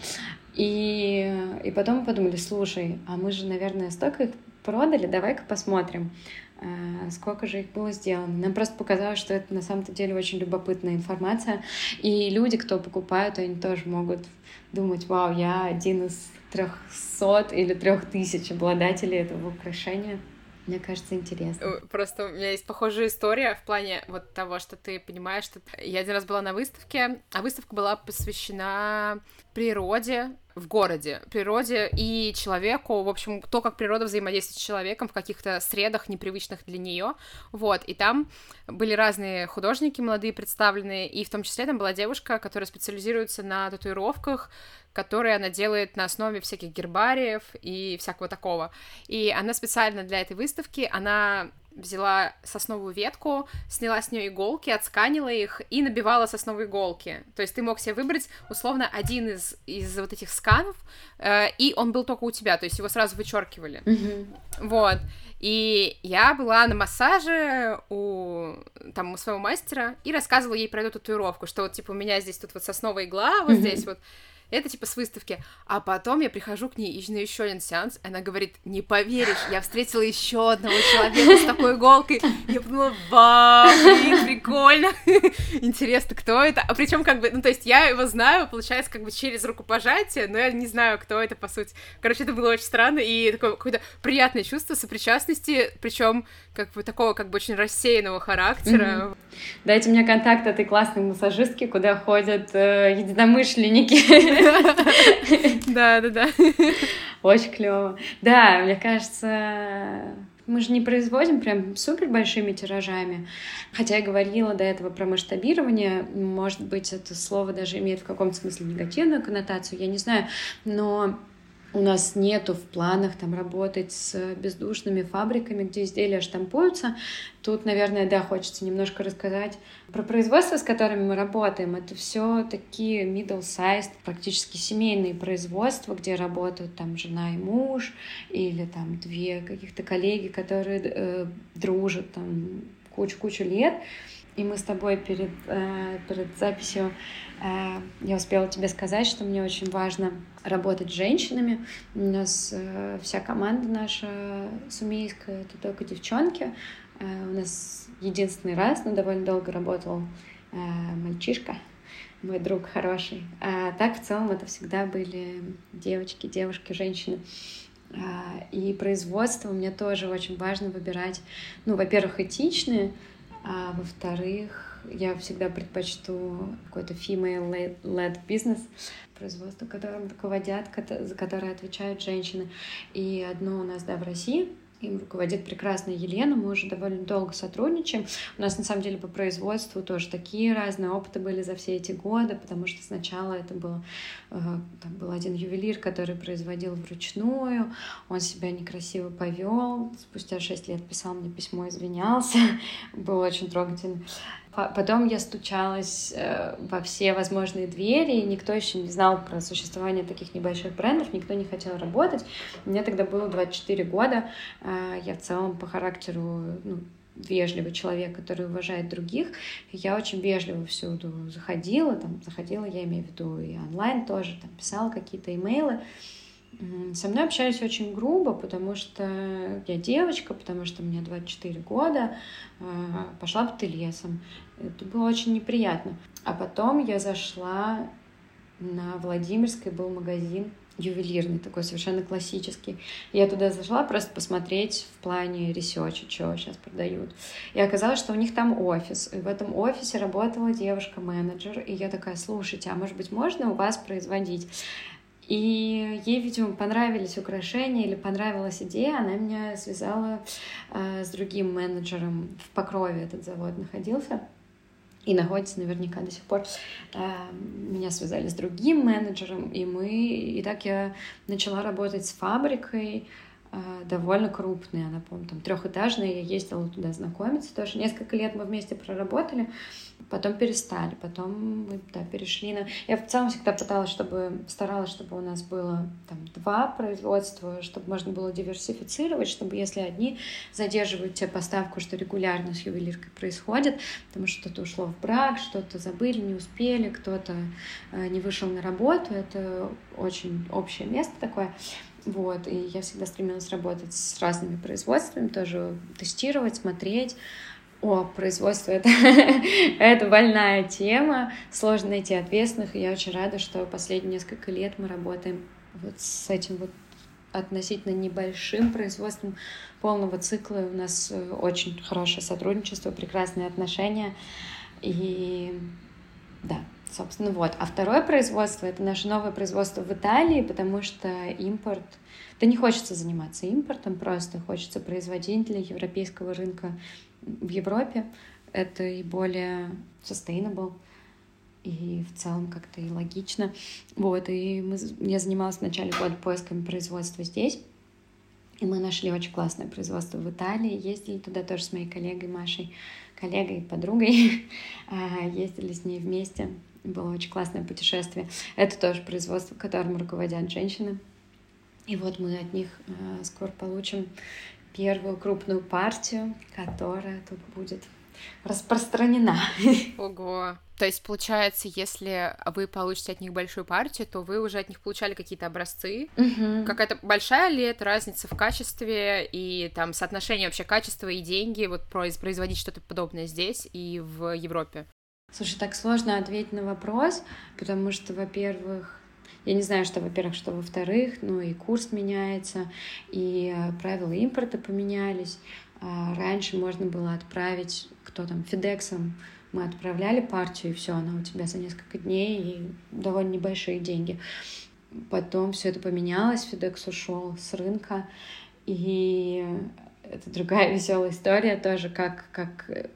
И потом мы подумали, слушай, а мы же, наверное, столько их продали, давай-ка посмотрим, сколько же их было сделано. Нам просто показалось, что это на самом-то деле очень любопытная информация, и люди, кто покупают, они тоже могут думать, вау, я один из 300 или 3000 обладателей этого украшения. Мне кажется, интересно. Просто у меня есть похожая история в плане вот того, что ты понимаешь, что я один раз была на выставке, а выставка была посвящена природе в городе, природе и человеку, в общем, то, как природа взаимодействует с человеком в каких-то средах, непривычных для нее, вот, и там были разные художники молодые представленные, и в том числе там была девушка, которая специализируется на татуировках, которые она делает на основе всяких гербариев и всякого такого. И она специально для этой выставки, она взяла сосновую ветку, сняла с нее иголки, отсканила их и набивала сосновые иголки. То есть ты мог себе выбрать, условно, один из вот этих сканов, и он был только у тебя, то есть его сразу вычеркивали. Вот. И я была на массаже у своего мастера и рассказывала ей про эту татуировку, что вот, типа, у меня здесь тут вот сосновая игла, вот здесь вот. Это типа с выставки. А потом я прихожу к ней на еще один сеанс, и она говорит, не поверишь, я встретила еще одного человека с такой иголкой. Я подумала, вау, блин, прикольно. Интересно, кто это? А причем как бы, ну то есть я его знаю, получается, как бы через рукопожатие, но я не знаю, кто это по сути. Короче, это было очень странно, и такое какое-то приятное чувство сопричастности, причем как бы такого как бы очень рассеянного характера. Дайте мне контакт этой классной массажистки, куда ходят единомышленники. Да. Очень клево. Да, мне кажется, мы же не производим прям супер большими тиражами. Хотя я говорила до этого про масштабирование. Может быть, это слово даже имеет в каком-то смысле негативную коннотацию, я не знаю. Но У нас нету в планах там работать с бездушными фабриками, где изделия штампуются. Тут, наверное, да, хочется немножко рассказать про производства, с которыми мы работаем. Это все такие middle-sized, практически семейные производства, где работают там жена и муж, или там две каких-то коллеги, которые дружат там кучу-кучу лет. И мы с тобой перед записью я успела тебе сказать, что мне очень важно работать с женщинами. У нас вся команда наша сумейская, это только девчонки. У нас единственный раз, но довольно долго работал мальчишка, мой друг хороший. А так в целом это всегда были девочки, девушки, женщины. И производство мне тоже очень важно выбирать, ну, во-первых, этичные, а во-вторых, я всегда предпочту какой-то female-led бизнес, производство, которым руководят, за которое отвечают женщины. И одно у нас, да, в России, им руководит прекрасная Елена, мы уже довольно долго сотрудничаем. У нас, на самом деле, по производству тоже такие разные опыты были за все эти годы, потому что сначала это было, там был один ювелир, который производил вручную, он себя некрасиво повел, спустя 6 лет писал мне письмо, извинялся, было очень трогательно. Потом я стучалась во все возможные двери, и никто еще не знал про существование таких небольших брендов, никто не хотел работать. Мне тогда было 24 года, я в целом по характеру вежливый человек, который уважает других. И я очень вежливо всюду заходила, я имею в виду и онлайн тоже, там писала какие-то имейлы. Со мной общались очень грубо, потому что я девочка, потому что мне 24 года, пошла бы ты лесом. Это было очень неприятно. А потом я зашла на Владимирской, был магазин ювелирный, такой совершенно классический. Я туда зашла просто посмотреть в плане ресерча, что сейчас продают. И оказалось, что у них там офис. И в этом офисе работала девушка-менеджер. И я такая: слушайте, а может быть можно у вас производить? И ей, видимо, понравились украшения или понравилась идея, она меня связала с другим менеджером. В Покрове этот завод находился и находится наверняка до сих пор. Меня связали с другим менеджером, и так я начала работать с фабрикой, довольно крупной, она, по-моему, там 3-этажная, я ездила туда знакомиться тоже. Несколько лет мы вместе проработали, потом перестали, потом мы перешли на... Я в целом всегда старалась, чтобы у нас было там 2 производства, чтобы можно было диверсифицировать, чтобы если одни задерживают тебе поставку, что регулярно с ювелиркой происходит, потому что что-то ушло в брак, что-то забыли, не успели, кто-то не вышел на работу, это очень общее место такое. Вот, и я всегда стремилась работать с разными производствами, тоже тестировать, смотреть. Производство — это, это больная тема, сложно найти ответственных, и я очень рада, что последние несколько лет мы работаем вот с этим вот относительно небольшим производством полного цикла. У нас очень хорошее сотрудничество, прекрасные отношения, и да. Собственно, вот. А второе производство — это наше новое производство в Италии, потому что импорт... Да не хочется заниматься импортом, просто хочется производить для европейского рынка в Европе. Это и более sustainable, и в целом как-то и логично. Вот, и я занималась в начале года поисками производства здесь, и мы нашли очень классное производство в Италии, ездили туда тоже с моей коллегой Машей, коллегой и подругой, ездили с ней вместе. Было очень классное путешествие. Это тоже производство, которым руководят женщины. И вот мы от них скоро получим первую крупную партию, которая тут будет распространена. Ого! То есть, получается, если вы получите от них большую партию, то вы уже от них получали какие-то образцы. Какая-то большая ли это разница в качестве и там соотношение вообще качества и деньги, вот производить что-то подобное здесь и в Европе? Слушай, так сложно ответить на вопрос, потому что, во-первых, я не знаю, что, во-первых, что, во-вторых, и курс меняется, и правила импорта поменялись. Раньше можно было отправить, FedEx'ом мы отправляли партию, и все, она у тебя за несколько дней, и довольно небольшие деньги. Потом все это поменялось, FedEx ушел с рынка, и это другая веселая история тоже, как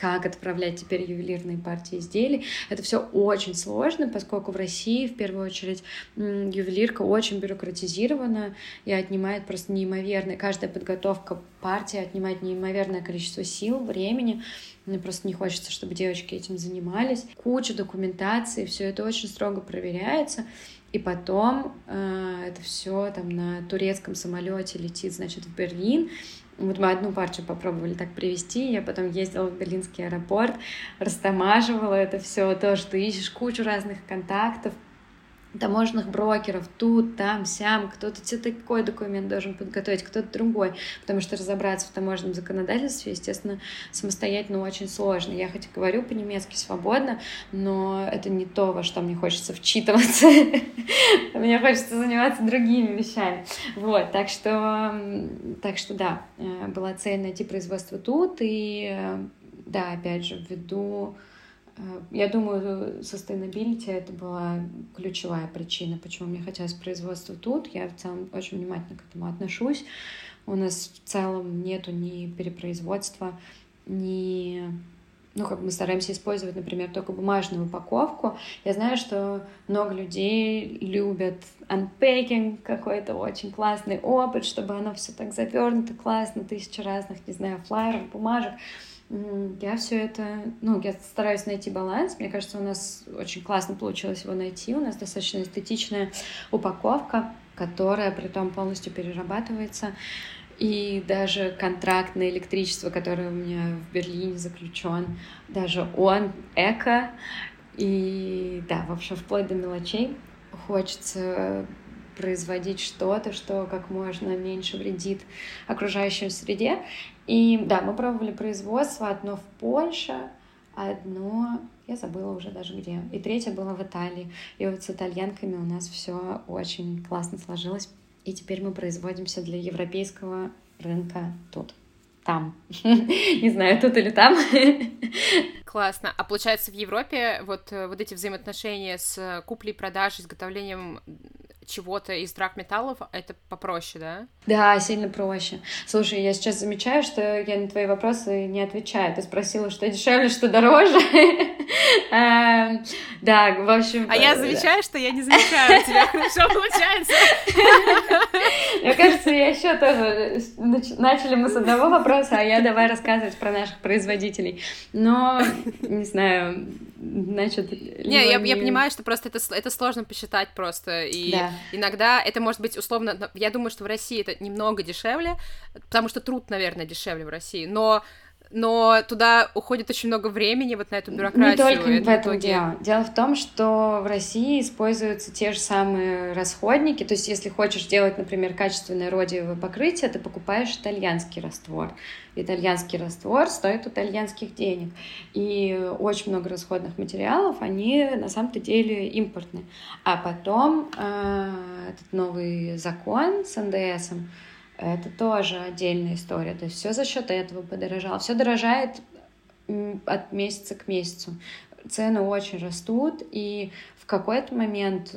как отправлять теперь ювелирные партии изделий. Это все очень сложно, поскольку в России, в первую очередь, ювелирка очень бюрократизирована и отнимает просто неимоверное. Каждая подготовка партии отнимает неимоверное количество сил, времени. Мне просто не хочется, чтобы девочки этим занимались. Куча документации, все это очень строго проверяется. И потом это все там на турецком самолете летит, значит, в Берлин. Вот мы одну партию попробовали так привезти, я потом ездила в берлинский аэропорт, растамаживала это все, тоже ты ищешь кучу разных контактов, таможенных брокеров, тут, там, сям, кто-то тебе такой документ должен подготовить, кто-то другой, потому что разобраться в таможенном законодательстве, естественно, самостоятельно очень сложно. Я хоть и говорю по-немецки свободно, но это не то, во что мне хочется вчитываться. Мне хочется заниматься другими вещами. Вот, так что да, была цель найти производство тут, и да, опять же, ввиду... Я думаю, sustainability — это была ключевая причина, почему мне хотелось производства тут. Я в целом очень внимательно к этому отношусь. У нас в целом нету ни перепроизводства, ни... мы стараемся использовать, например, только бумажную упаковку. Я знаю, что много людей любят unpacking, какой-то очень классный опыт, чтобы оно все так завернуто классно, 1000 разных, не знаю, флаеров, бумажек. Я все это, я стараюсь найти баланс. Мне кажется, у нас очень классно получилось его найти. У нас достаточно эстетичная упаковка, которая при том полностью перерабатывается. И даже контракт на электричество, который у меня в Берлине заключен, даже он эко. И да, в общем, вплоть до мелочей хочется производить что-то, что как можно меньше вредит окружающей среде. И да, мы пробовали производство, одно в Польше, одно, я забыла уже даже где, и третье было в Италии. И вот с итальянками у нас все очень классно сложилось. И теперь мы производимся для европейского рынка тут. Там. Не знаю, тут или там. Классно. А получается, в Европе вот эти взаимоотношения с куплей-продажей, изготовлением чего-то из драгметаллов, это попроще, да? Да, сильно проще. Слушай, я сейчас замечаю, что я на твои вопросы не отвечаю. Ты спросила, что дешевле, что дороже. Да, в общем... А я замечаю, что я не замечаю. У тебя хорошо получается. Мне кажется, я еще тоже... Начали мы с одного вопроса, а я давай рассказывать про наших производителей. Но, не знаю, значит... Не, я понимаю, что просто это сложно посчитать просто. И иногда это может быть условно... Я думаю, что в России это немного дешевле, потому что труд, наверное, дешевле в России, но туда уходит очень много времени вот на эту бюрократию. Не только в этом дело. Дело в том, что в России используются те же самые расходники. То есть, если хочешь делать, например, качественное родиевое покрытие, ты покупаешь итальянский раствор. Итальянский раствор стоит итальянских денег. И очень много расходных материалов, они на самом-то деле импортные. А потом этот новый закон с НДСом, это тоже отдельная история. То есть все за счет этого подорожало. Все дорожает от месяца к месяцу. Цены очень растут, и в какой-то момент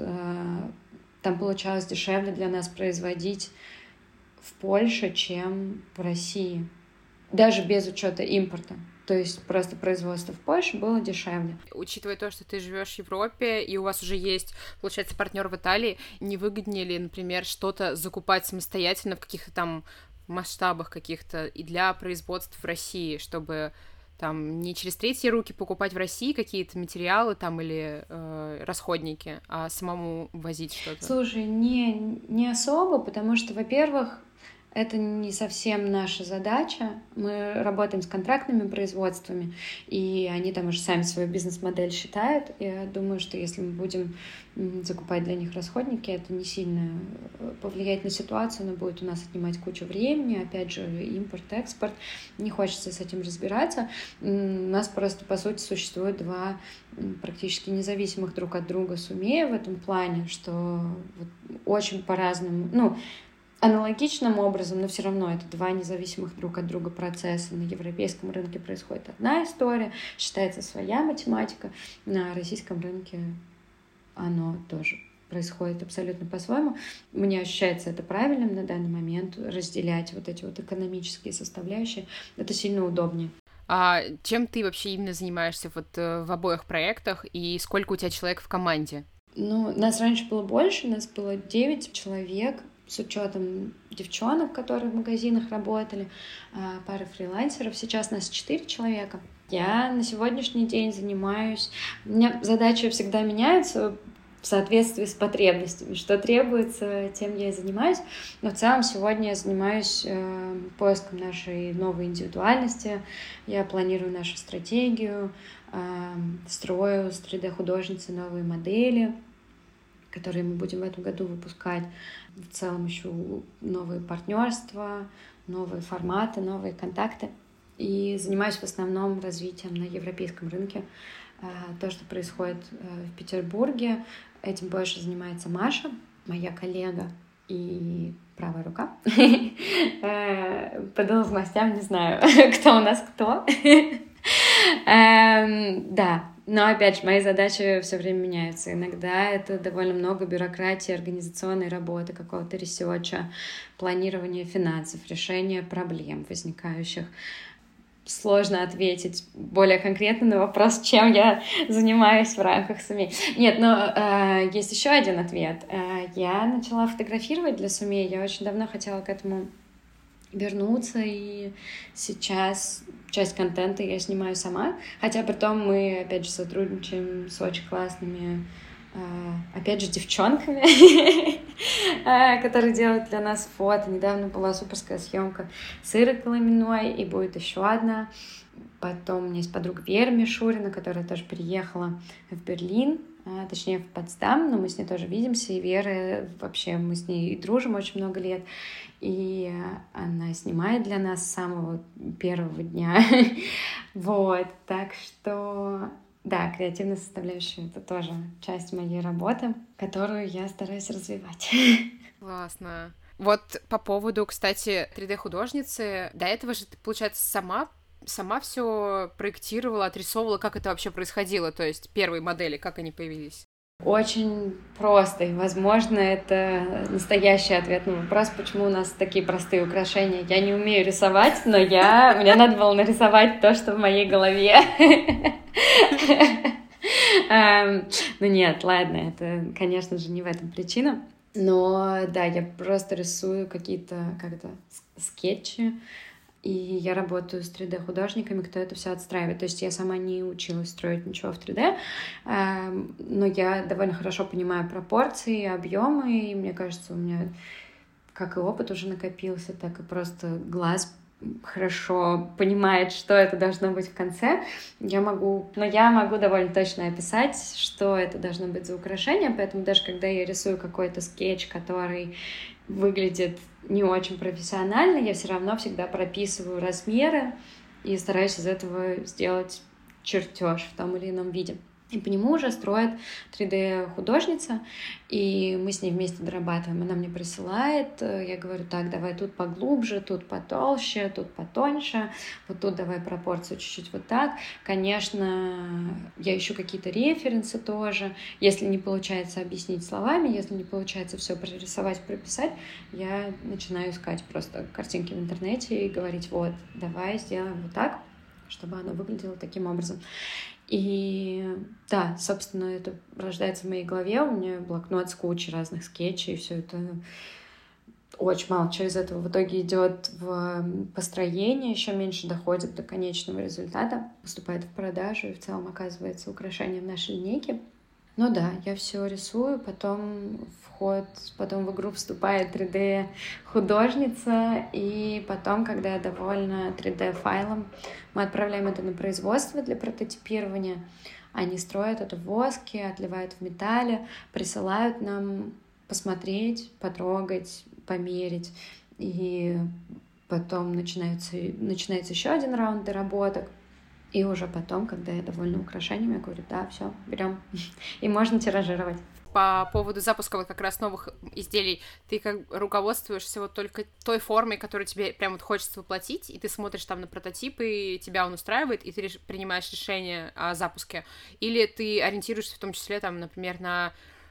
там получалось дешевле для нас производить в Польше, чем в России. Даже без учета импорта. То есть просто производство в Польше было дешевле. Учитывая то, что ты живешь в Европе, и у вас уже есть, получается, партнер в Италии, не выгоднее ли, например, что-то закупать самостоятельно в каких-то там масштабах каких-то и для производств в России, чтобы там не через третьи руки покупать в России какие-то материалы там или расходники, а самому возить что-то? Слушай, не особо, потому что, во-первых, это не совсем наша задача. Мы работаем с контрактными производствами, и они там уже сами свою бизнес-модель считают. Я думаю, что если мы будем закупать для них расходники, это не сильно повлияет на ситуацию, но будет у нас отнимать кучу времени. Опять же, импорт, экспорт. Не хочется с этим разбираться. У нас просто, по сути, существует два практически независимых друг от друга сумея в этом плане, что вот очень по-разному... Аналогичным образом, но все равно это два независимых друг от друга процесса. На европейском рынке происходит одна история, считается своя математика, на российском рынке оно тоже происходит абсолютно по-своему. Мне ощущается это правильным на данный момент, разделять вот эти вот экономические составляющие. Это сильно удобнее. А чем ты вообще именно занимаешься вот в обоих проектах, и сколько у тебя человек в команде? Ну, нас раньше было больше, нас было 9 человек, с учетом девчонок, которые в магазинах работали, пары фрилансеров. Сейчас нас 4 человека. Я на сегодняшний день занимаюсь... У меня задачи всегда меняются в соответствии с потребностями. Что требуется, тем я и занимаюсь. Но в целом сегодня я занимаюсь поиском нашей новой индивидуальности. Я планирую нашу стратегию, строю с 3D-художницей новые модели, которые мы будем в этом году выпускать. В целом ищу новые партнерства, новые форматы, новые контакты. И занимаюсь в основном развитием на европейском рынке. То, что происходит в Петербурге, этим больше занимается Маша, моя коллега и правая рука. По должностям не знаю, кто у нас кто. Да, но опять же, мои задачи все время меняются. Иногда это довольно много бюрократии, организационной работы, какого-то ресерча, планирования финансов, решения проблем возникающих. Сложно ответить более конкретно на вопрос, чем я занимаюсь в рамках Сумей. Нет, но есть еще один ответ. Я начала фотографировать для Сумей. Я очень давно хотела к этому вернуться, и сейчас часть контента я снимаю сама, хотя потом мы, опять же, сотрудничаем с очень классными, опять же, девчонками, которые делают для нас фото. Недавно была суперская съемка с Ирой Коломиной, и будет еще одна. Потом у меня есть подруга Вера Мишурина, которая тоже переехала в Берлин, точнее в Потсдам, но мы с ней тоже видимся, и Вера, вообще мы с ней дружим очень много лет, и она снимает для нас с самого первого дня. Вот, так что, да, креативная составляющая — это тоже часть моей работы, которую я стараюсь развивать. Классно. Вот по поводу, кстати, 3D-художницы, до этого же ты, получается, сама все проектировала, отрисовывала, как это вообще происходило, то есть первые модели, как они появились? Очень просто, и, возможно, это настоящий ответ на вопрос, почему у нас такие простые украшения. Я не умею рисовать, но мне надо было нарисовать то, что в моей голове. Ну нет, ладно, это, конечно же, не в этом причина. Но да, я просто рисую какие-то скетчи, и я работаю с 3D-художниками, кто это все отстраивает. То есть я сама не училась строить ничего в 3D, но я довольно хорошо понимаю пропорции, объемы, и мне кажется, у меня как и опыт уже накопился, так и просто глаз хорошо понимает, что это должно быть в конце. Я могу довольно точно описать, что это должно быть за украшение, поэтому даже когда я рисую какой-то скетч, который выглядит не очень профессионально, я все равно всегда прописываю размеры и стараюсь из этого сделать чертеж в том или ином виде. И по нему уже строит 3D-художница, и мы с ней вместе дорабатываем. Она мне присылает, я говорю: так, давай тут поглубже, тут потолще, тут потоньше, вот тут давай пропорцию чуть-чуть вот так. Конечно, я ищу какие-то референсы тоже. Если не получается объяснить словами, если не получается все прорисовать, прописать, я начинаю искать просто картинки в интернете и говорить: вот, давай сделаем вот так, чтобы оно выглядело таким образом. И да, собственно, это рождается в моей голове. У меня блокнот с кучей разных скетчей, и все это очень мало чего из этого в итоге идет в построение, еще меньше доходит до конечного результата, поступает в продажу и в целом оказывается украшением нашей линейки. Ну да, я все рисую, потом в игру вступает 3D-художница, и потом, когда я довольна 3D-файлом, мы отправляем это на производство для прототипирования. Они строят это в воске, отливают в металле, присылают нам посмотреть, потрогать, померить. И потом начинается еще один раунд доработок. И уже потом, когда я довольна украшениями, я говорю: да, все, берем. И можно тиражировать. По поводу запуска вот как раз новых изделий, ты как руководствуешься вот только той формой, которую тебе прям вот хочется воплотить, и ты смотришь там на прототипы, и тебя он устраивает, и ты принимаешь решение о запуске? Или ты ориентируешься в том числе, там, например, на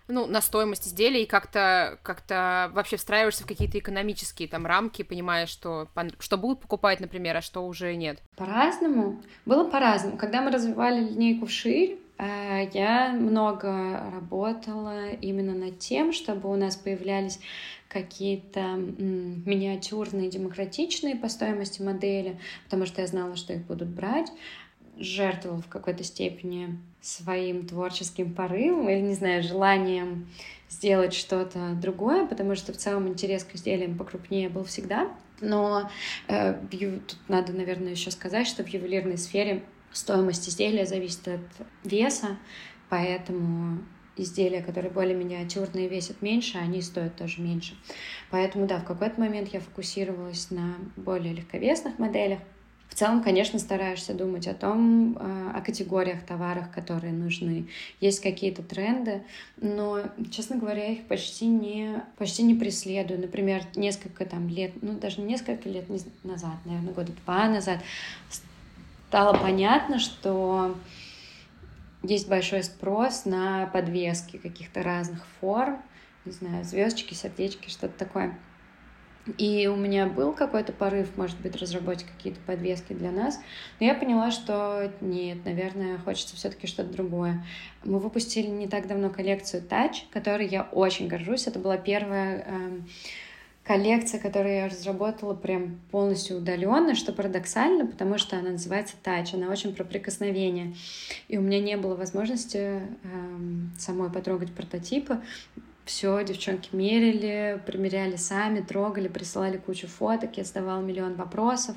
ну, на стоимость изделий, как-то вообще встраиваешься в какие-то экономические там рамки, понимаешь, что будут покупать, например, а что уже нет? По-разному. Было по-разному. Когда мы развивали линейку вширь, я много работала именно над тем, чтобы у нас появлялись какие-то миниатюрные, демократичные по стоимости модели, потому что я знала, что их будут брать. Жертвовала в какой-то степени своим творческим порывом или, не знаю, желанием сделать что-то другое, потому что в целом интерес к изделиям покрупнее был всегда. Но тут надо, наверное, еще сказать, что в ювелирной сфере стоимость изделия зависит от веса, поэтому изделия, которые более миниатюрные, весят меньше, они стоят тоже меньше. Поэтому, да, в какой-то момент я фокусировалась на более легковесных моделях. В целом, конечно, стараешься думать о том, о категориях товаров, которые нужны. Есть какие-то тренды, но, честно говоря, их почти не преследую. Например, несколько там лет, ну даже несколько лет назад, наверное, года 2 назад, стало понятно, что есть большой спрос на подвески каких-то разных форм, не знаю, звездочки, сердечки, что-то такое. И у меня был какой-то порыв, может быть, разработать какие-то подвески для нас, но я поняла, что нет, наверное, хочется все-таки что-то другое. Мы выпустили не так давно коллекцию Touch, которой я очень горжусь. Это была первая коллекция, которую я разработала прям полностью удаленно, что парадоксально, потому что она называется Touch, она очень про прикосновение. И у меня не было возможности самой потрогать прототипы. Все, девчонки мерили, примеряли сами, трогали, присылали кучу фоток, я задавала миллион вопросов.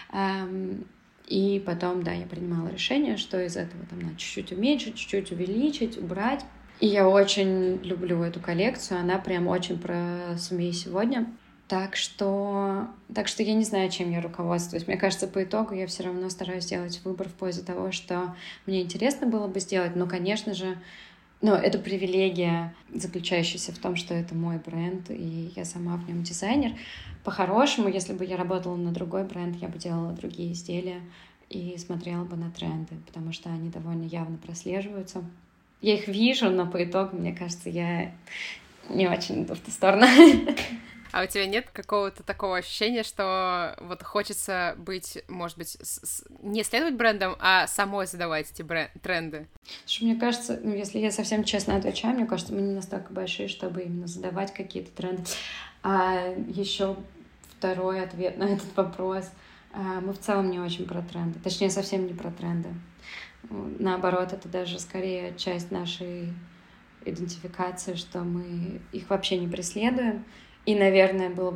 И потом, да, я принимала решение, что из этого там надо чуть-чуть уменьшить, чуть-чуть увеличить, убрать. И я очень люблю эту коллекцию, она прям очень про Сумей сегодня. Так что я не знаю, чем я руководствуюсь. Мне кажется, по итогу я все равно стараюсь сделать выбор в пользу того, что мне интересно было бы сделать. Но, конечно же, это привилегия, заключающаяся в том, что это мой бренд, и я сама в нем дизайнер. По-хорошему, если бы я работала на другой бренд, я бы делала другие изделия и смотрела бы на тренды, потому что они довольно явно прослеживаются. Я их вижу, но по итогу, мне кажется, я не очень иду в ту сторону. А у тебя нет какого-то такого ощущения, что вот хочется быть, может быть, не следовать брендам, а самой задавать эти тренды? Слушай, мне кажется, если я совсем честно отвечаю, мне кажется, мы не настолько большие, чтобы именно задавать какие-то тренды. А еще второй ответ на этот вопрос. Мы в целом не очень про тренды. Точнее, совсем не про тренды. Наоборот, это даже скорее часть нашей идентификации, что мы их вообще не преследуем. И, наверное, было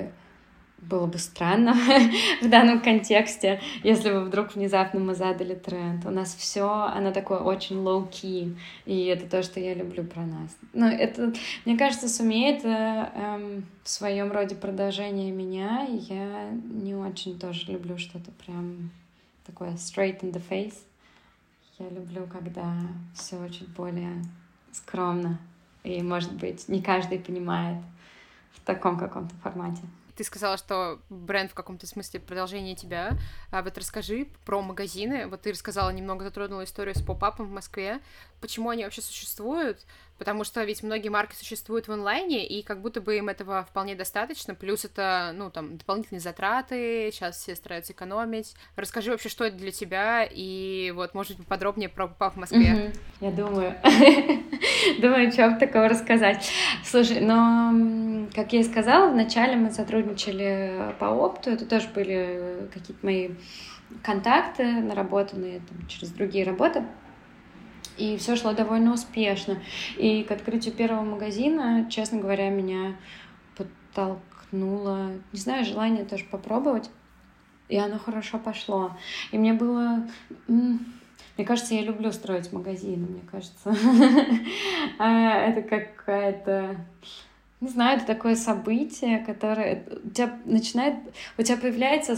бы странно в данном контексте, если бы вдруг внезапно мы задали тренд. У нас все, оно такое очень low-key, и это то, что я люблю про нас. Но это, мне кажется, сумеет в своем роде продолжение меня, и я не очень тоже люблю что-то прям такое straight in the face. Я люблю, когда все очень более скромно, и, может быть, не каждый понимает в таком каком-то формате. Ты сказала, что бренд в каком-то смысле продолжение тебя. Вот расскажи про магазины. Вот ты рассказала, немного затронула историю с поп-апом в Москве. Почему они вообще существуют? Потому что ведь многие марки существуют в онлайне, и как будто бы им этого вполне достаточно. Плюс это, дополнительные затраты, сейчас все стараются экономить. Расскажи вообще, что это для тебя, и вот, может быть, подробнее про поп-ап в Москве. Я думаю, что такого рассказать. Слушай, как я и сказала, вначале мы сотрудничали по опту, это тоже были какие-то мои контакты, наработанные через другие работы. И все шло довольно успешно. И к открытию первого магазина, честно говоря, меня подтолкнуло, не знаю, желание тоже попробовать. И оно хорошо пошло. И мне было... Мне кажется, я люблю строить магазины, мне кажется. Это какая-то... Не знаю, это такое событие, которое... У тебя появляется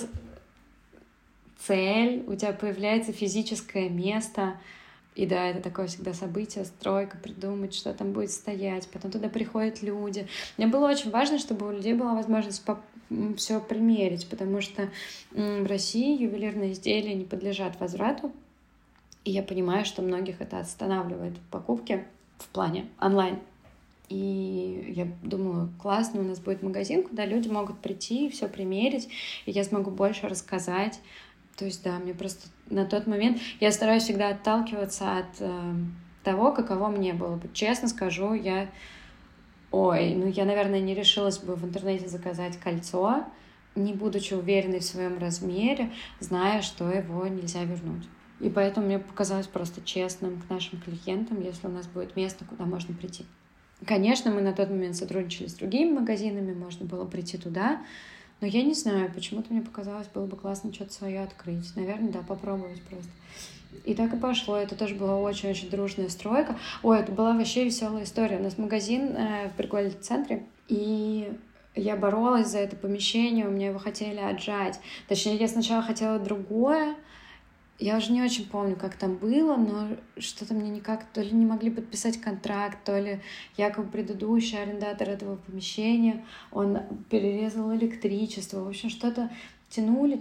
цель, у тебя появляется физическое место. И да, это такое всегда событие, стройка, придумать, что там будет стоять. Потом туда приходят люди. Мне было очень важно, чтобы у людей была возможность все примерить, потому что в России ювелирные изделия не подлежат возврату. И я понимаю, что многих это останавливает в покупке в плане онлайн. И я думала, классно, у нас будет магазин, куда люди могут прийти и все примерить, и я смогу больше рассказать. То есть, да, мне просто на тот момент... Я стараюсь всегда отталкиваться от того, каково мне было бы. Честно скажу, я, наверное, не решилась бы в интернете заказать кольцо, не будучи уверенной в своем размере, зная, что его нельзя вернуть. И поэтому мне показалось просто честным к нашим клиентам, если у нас будет место, куда можно прийти. Конечно, мы на тот момент сотрудничали с другими магазинами, можно было прийти туда, но я не знаю, почему-то мне показалось, было бы классно что-то свое открыть. Наверное, да, попробовать просто. И так и пошло. Это тоже была очень-очень дружная стройка. Это была вообще веселая история. У нас магазин в Прикольном-центре, и я боролась за это помещение, у меня его хотели отжать. Точнее, я сначала хотела другое. Я уже не очень помню, как там было, но что-то мне никак то ли не могли подписать контракт, то ли якобы предыдущий арендатор этого помещения, он перерезал электричество. В общем, что-то тянули,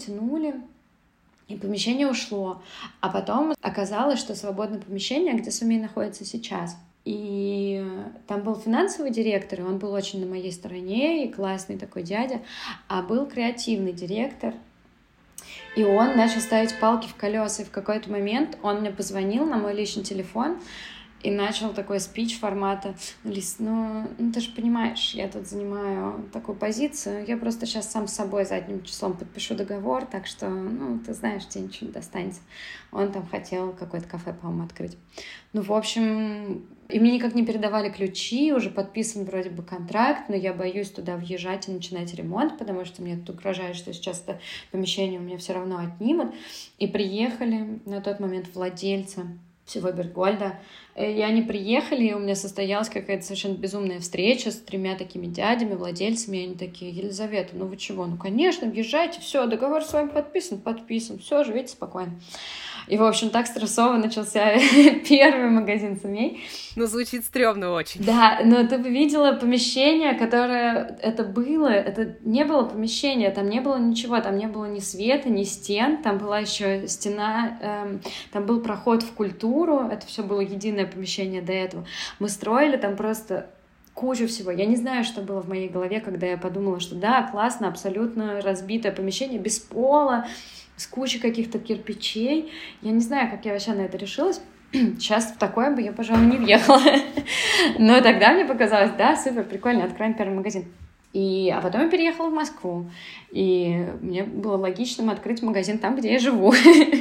и помещение ушло. А потом оказалось, что свободное помещение, где Сумей находится сейчас. И там был финансовый директор, и он был очень на моей стороне, и классный такой дядя, а был креативный директор. И он начал ставить палки в колеса, и в какой-то момент он мне позвонил на мой личный телефон и начал такой спич формата: Лиз, ты же понимаешь, я тут занимаю такую позицию, я просто сейчас сам с собой задним числом подпишу договор, так что, ты знаешь, тебе ничего не достанется. Он там хотел какое-то кафе, по-моему, открыть. В общем, и мне никак не передавали ключи, уже подписан вроде бы контракт, но я боюсь туда въезжать и начинать ремонт, потому что мне тут угрожает, что сейчас это помещение у меня все равно отнимут. И приехали на тот момент владельцы всего Бергольда, и они приехали, и у меня состоялась какая-то совершенно безумная встреча с 3 такими дядями, владельцами, и они такие: Елизавета, вы чего? Конечно, въезжайте, все, договор с вами подписан, все, живите спокойно. И, в общем, так стрессово начался первый магазин Сумей. Звучит стрёмно очень. Да, но ты бы видела помещение, которое это не было помещения, там не было ничего, там не было ни света, ни стен, там была еще стена, там был проход в культуру, это все было единое помещение до этого. Мы строили там просто кучу всего. Я не знаю, что было в моей голове, когда я подумала, что да, классно, абсолютно разбитое помещение, без пола, с кучей каких-то кирпичей. Я не знаю, как я вообще на это решилась. Сейчас в такое бы я, пожалуй, не въехала. Но тогда мне показалось, да, супер, прикольно, откроем первый магазин. А потом я переехала в Москву. И мне было логичным открыть магазин там, где я живу.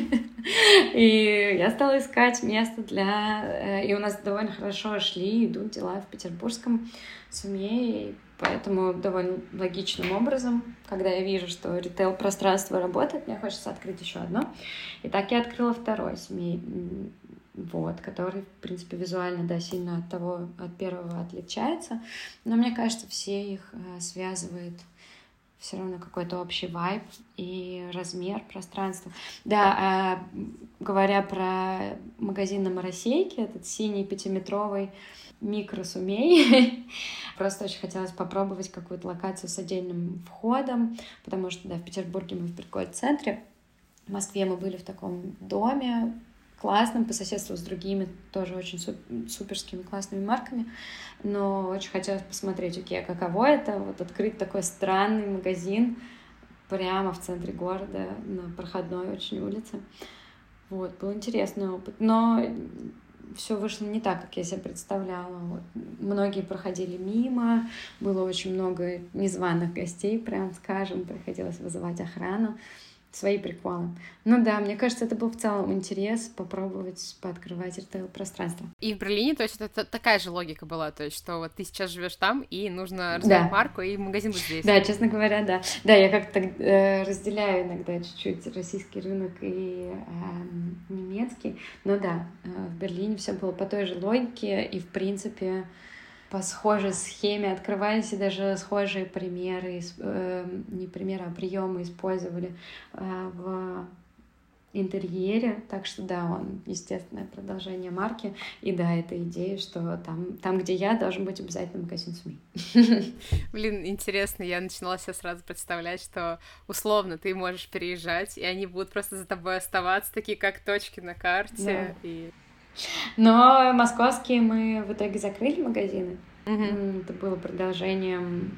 И я стала искать место И у нас довольно хорошо идут дела в петербургском Сумее. Поэтому довольно логичным образом, когда я вижу, что ритейл-пространство работает, мне хочется открыть еще одно. И так я открыла второй Сумей, который, в принципе, визуально, да, сильно от первого отличается. Но мне кажется, все их связывает все равно какой-то общий вайб и размер пространства. Да, говоря про магазин на Моросейке, этот синий 5-метровый микро-Сумей, просто очень хотелось попробовать какую-то локацию с отдельным входом, потому что, да, в Петербурге мы в Прикольном-центре, в Москве мы были в таком доме классном, по соседству с другими тоже очень суперскими классными марками, но очень хотелось посмотреть, каково это, открыть такой странный магазин прямо в центре города, на проходной очень улице. Был интересный опыт, но все вышло не так, как я себе представляла. Многие проходили мимо, было очень много незваных гостей, прям скажем, приходилось вызывать охрану. Свои приколы. Да, мне кажется, это был в целом интерес попробовать пооткрывать ритейл-пространство. И в Берлине, то есть это такая же логика была, то есть что ты сейчас живешь там, и нужно развивать марку, и магазин будет здесь. Да, честно говоря, да. Да, я как-то разделяю иногда чуть-чуть российский рынок и немецкий, но да, в Берлине все было по той же логике, и в принципе по схожей схеме открывались, и даже схожие примеры, не примеры, а приемы использовали в интерьере, так что да, он естественное продолжение марки, и да, это идея, что там, где я, должен быть обязательно магазин Сумей. Блин, интересно, я начинала себе сразу представлять, что условно ты можешь переезжать, и они будут просто за тобой оставаться, такие как точки на карте, да. Но московские мы в итоге закрыли магазины. Это было продолжением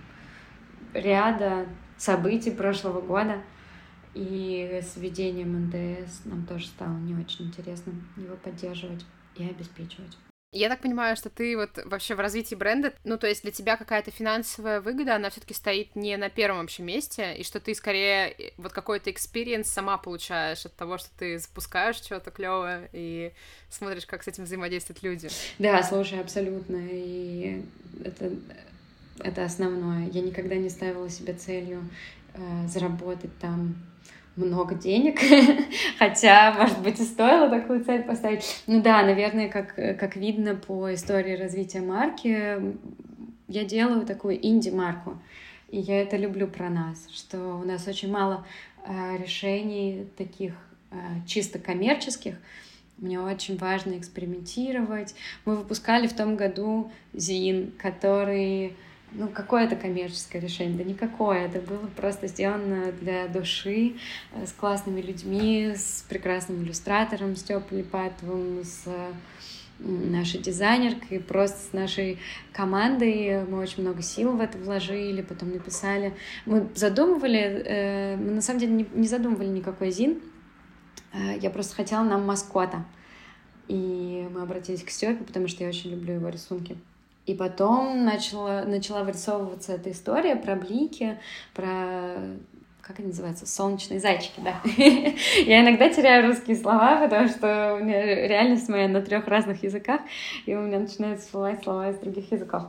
ряда событий прошлого года. И с введением НДС нам тоже стало не очень интересно его поддерживать и обеспечивать. Я так понимаю, что ты вот вообще в развитии бренда, ну, то есть для тебя какая-то финансовая выгода, она все-таки стоит не на первом вообще месте, и что ты скорее вот какой-то экспириенс сама получаешь от того, что ты запускаешь что-то клевое и смотришь, как с этим взаимодействуют люди. Да, слушай, абсолютно, и это основное. Я никогда не ставила себе целью заработать там много денег, хотя, может быть, и стоило такую цель поставить. Ну да, наверное, как видно по истории развития марки, я делаю такую инди-марку, и я это люблю про нас, что у нас очень мало решений таких чисто коммерческих. Мне очень важно экспериментировать. Мы выпускали в том году ЗИН, который... Ну, какое-то коммерческое решение? Да никакое. Это было просто сделано для души, с классными людьми, с прекрасным иллюстратором Стёпой Липатовым, с нашей дизайнеркой, просто с нашей командой. Мы очень много сил в это вложили, потом написали. Мы задумывали, мы на самом деле не задумывали никакой ЗИН. Я просто хотела нам маскота. И мы обратились к Стёпе, потому что я очень люблю его рисунки. И потом начала вырисовываться эта история про блики, про, как они называются, солнечные зайчики, да. Я иногда теряю русские слова, потому что у меня реальность моя на 3 разных языках, и у меня начинают всплывать слова из других языков.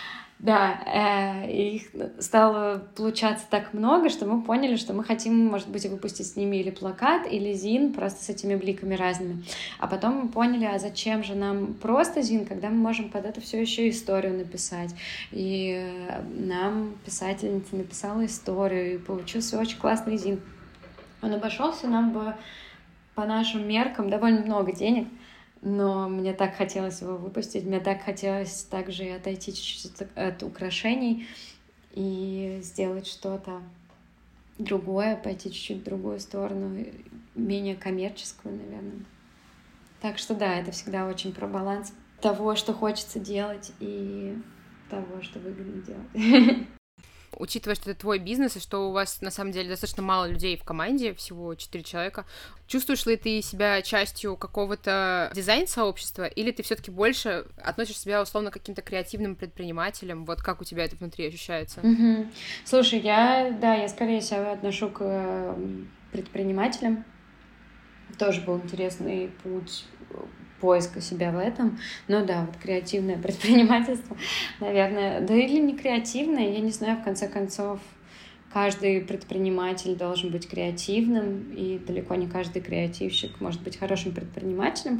Да, их стало получаться так много, что мы поняли, что мы хотим, может быть, выпустить с ними или плакат, или ЗИН, просто с этими бликами разными. А потом мы поняли, а зачем же нам просто ЗИН, когда мы можем под это все еще историю написать. И нам писательница написала историю, и получился очень классный ЗИН. Он обошелся нам бы по нашим меркам довольно много денег, но мне так хотелось его выпустить, мне так хотелось также отойти чуть-чуть от украшений и сделать что-то другое, пойти чуть-чуть в другую сторону, менее коммерческую, наверное. Так что да, это всегда очень про баланс того, что хочется делать, и того, что выгодно делать. Учитывая, что это твой бизнес, и что у вас, на самом деле, достаточно мало людей в команде, всего 4 человека, чувствуешь ли ты себя частью какого-то дизайн-сообщества, или ты все-таки больше относишь себя, условно, к каким-то креативным предпринимателям? Вот как у тебя это внутри ощущается? Слушай, я скорее себя отношу к предпринимателям. Тоже был интересный путь поиска себя в этом. Но да, вот креативное предпринимательство, наверное, да или не креативное, я не знаю, в конце концов, каждый предприниматель должен быть креативным, и далеко не каждый креативщик может быть хорошим предпринимателем.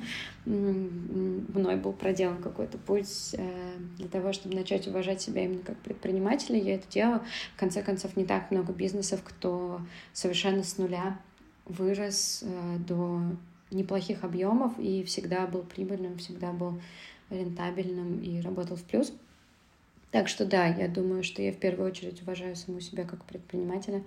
Мной был проделан какой-то путь для того, чтобы начать уважать себя именно как предпринимателя. Я это делаю. В конце концов, не так много бизнесов, кто совершенно с нуля вырос до неплохих объемов и всегда был прибыльным, всегда был рентабельным и работал в плюс. Так что да, я думаю, что я в первую очередь уважаю саму себя как предпринимателя,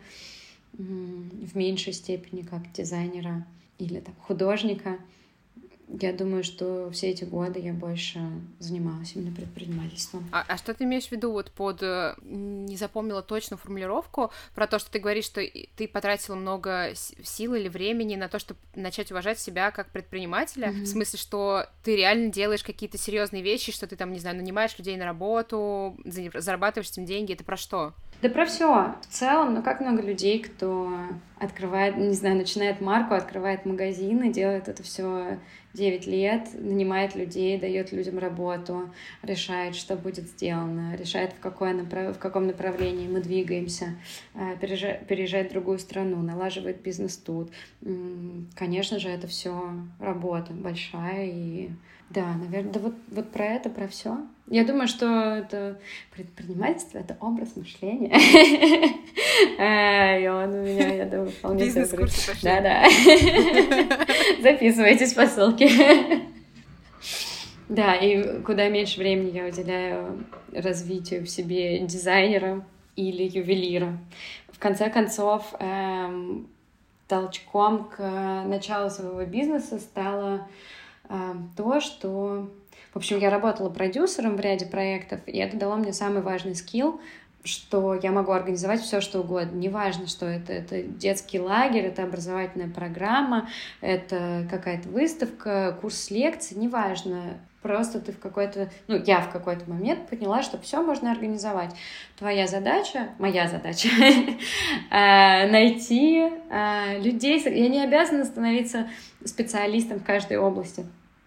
в меньшей степени как дизайнера или там, художника. Я думаю, что все эти годы я больше занималась именно предпринимательством. А что ты имеешь в виду вот под... Не запомнила точную формулировку про то, что ты говоришь, что ты потратила много сил или времени на то, чтобы начать уважать себя как предпринимателя? В смысле, что ты реально делаешь какие-то серьезные вещи, что ты там, не знаю, нанимаешь людей на работу, зарабатываешь этим деньги. Это про что? Да про все. В целом, ну как много людей, кто открывает, не знаю, начинает марку, открывает магазин и делает это все 9 лет, нанимает людей, дает людям работу, решает, что будет сделано, решает, в каком направлении мы двигаемся, переезжает в другую страну, налаживает бизнес тут. Конечно же, это все работа большая и да, наверное, да вот про это, про все. Я думаю, что это предпринимательство — это образ мышления. И он у меня, я думаю, вполне... Бизнес-курсы пошли. Да. Записывайтесь по ссылке. Да, и куда меньше времени я уделяю развитию в себе дизайнера или ювелира. В конце концов, толчком к началу своего бизнеса стало то, что В общем, я работала продюсером в ряде проектов, и это дало мне самый важный скилл, что я могу организовать все, что угодно. Неважно, что это детский лагерь, это образовательная программа, это какая-то выставка, курс лекций, неважно. Просто ты я в какой-то момент поняла, что все можно организовать. Твоя задача, моя задача, найти людей. Я не обязана становиться специалистом в каждой области.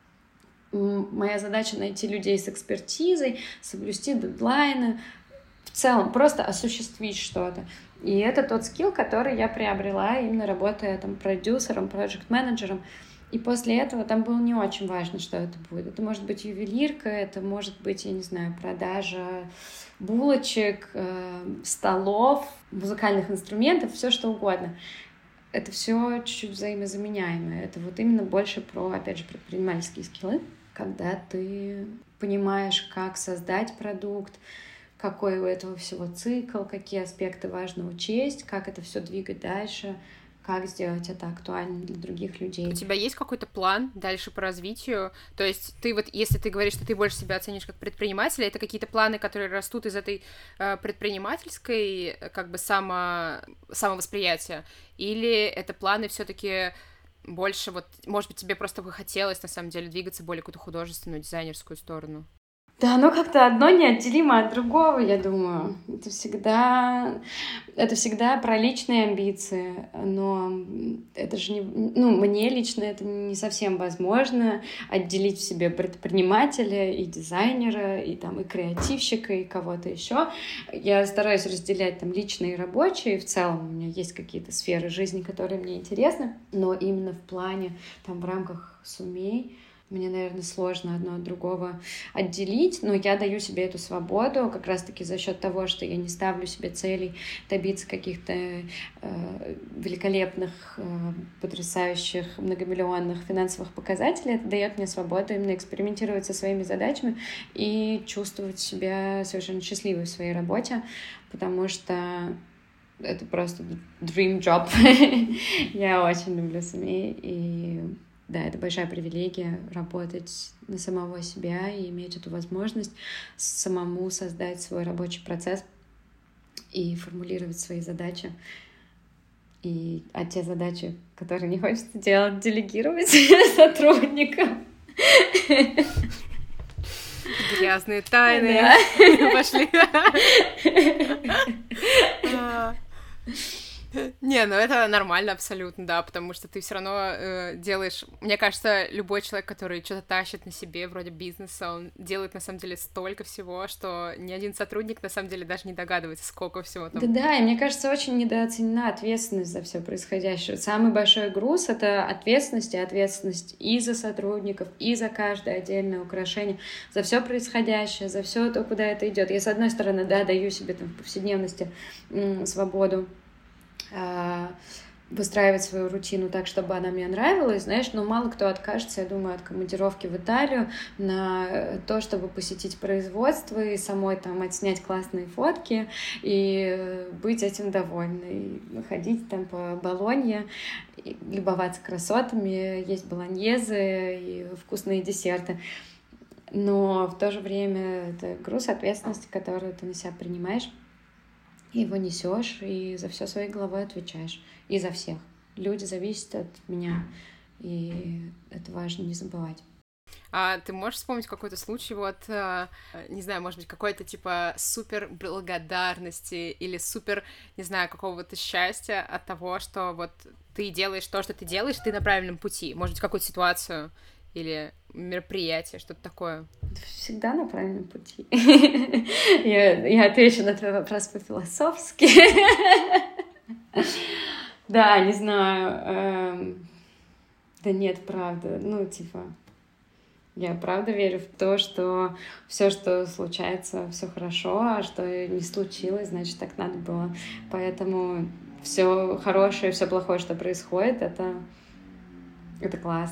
Моя задача найти людей с экспертизой, соблюсти дедлайны, в целом просто осуществить что-то. И это тот скилл, который я приобрела, именно работая там продюсером, проект-менеджером. И после этого там было не очень важно, что это будет. Это может быть ювелирка, это может быть, я не знаю, продажа булочек, столов, музыкальных инструментов, все что угодно. Это все чуть-чуть взаимозаменяемое. Это вот именно больше про, опять же, предпринимательские скиллы, когда ты понимаешь, как создать продукт, какой у этого всего цикл, какие аспекты важно учесть, как это все двигать дальше, как сделать это актуальным для других людей. У тебя есть какой-то план дальше по развитию? То есть ты вот, если ты говоришь, что ты больше себя оценишь как предпринимателя, это какие-то планы, которые растут из этой предпринимательской как бы самовосприятия? Или это планы все-таки больше вот, может быть, тебе просто бы хотелось на самом деле двигаться более какую-то художественную, дизайнерскую сторону? Да, оно как-то одно неотделимо от другого, я думаю. Это всегда про личные амбиции, но это же не... мне лично это не совсем возможно отделить в себе предпринимателя и дизайнера, и креативщика, и кого-то еще. Я стараюсь разделять личные и рабочие, в целом у меня есть какие-то сферы жизни, которые мне интересны, но именно в плане, в рамках «Сумей» мне, наверное, сложно одно от другого отделить, но я даю себе эту свободу как раз-таки за счет того, что я не ставлю себе целей добиться каких-то великолепных, потрясающих, многомиллионных финансовых показателей. Это дает мне свободу именно экспериментировать со своими задачами и чувствовать себя совершенно счастливой в своей работе, потому что это просто dream job. Я очень люблю «Сумей», и да, это большая привилегия работать на самого себя и иметь эту возможность самому создать свой рабочий процесс и формулировать свои задачи. А те задачи, которые не хочется делать, делегировать сотрудникам. Грязные тайны пошли. Не, ну это нормально абсолютно, да, потому что ты все равно делаешь... Мне кажется, любой человек, который что-то тащит на себе, вроде бизнеса, он делает, на самом деле, столько всего, что ни один сотрудник, на самом деле, даже не догадывается, сколько всего там. Да, и мне кажется, очень недооценена ответственность за все происходящее. Самый большой груз — это ответственность и за сотрудников, и за каждое отдельное украшение, за все происходящее, за все то, куда это идет. Я, с одной стороны, да, даю себе в повседневности свободу выстраивать свою рутину так, чтобы она мне нравилась, знаешь, но мало кто откажется, я думаю, от командировки в Италию на то, чтобы посетить производство и самой отснять классные фотки и быть этим довольной, ходить по Болонье, любоваться красотами, есть болоньезы и вкусные десерты. Но в то же время это груз ответственности, которую ты на себя принимаешь, и его несешь, и за все своей головой отвечаешь. И за всех. Люди зависят от меня, и это важно не забывать. А ты можешь вспомнить какой-то случай, не знаю, может быть, какой-то супер благодарности или супер, не знаю, какого-то счастья от того, что ты делаешь то, что ты делаешь, ты на правильном пути? Может быть, какую-то ситуацию или мероприятие, что-то такое? Всегда на правильном пути. Я отвечу на твой вопрос по-философски. Да, не знаю. Да нет, правда. Я правда верю в то, что все, что случается, все хорошо, а что не случилось, значит, так надо было. Поэтому все хорошее, все плохое, что происходит, это классно.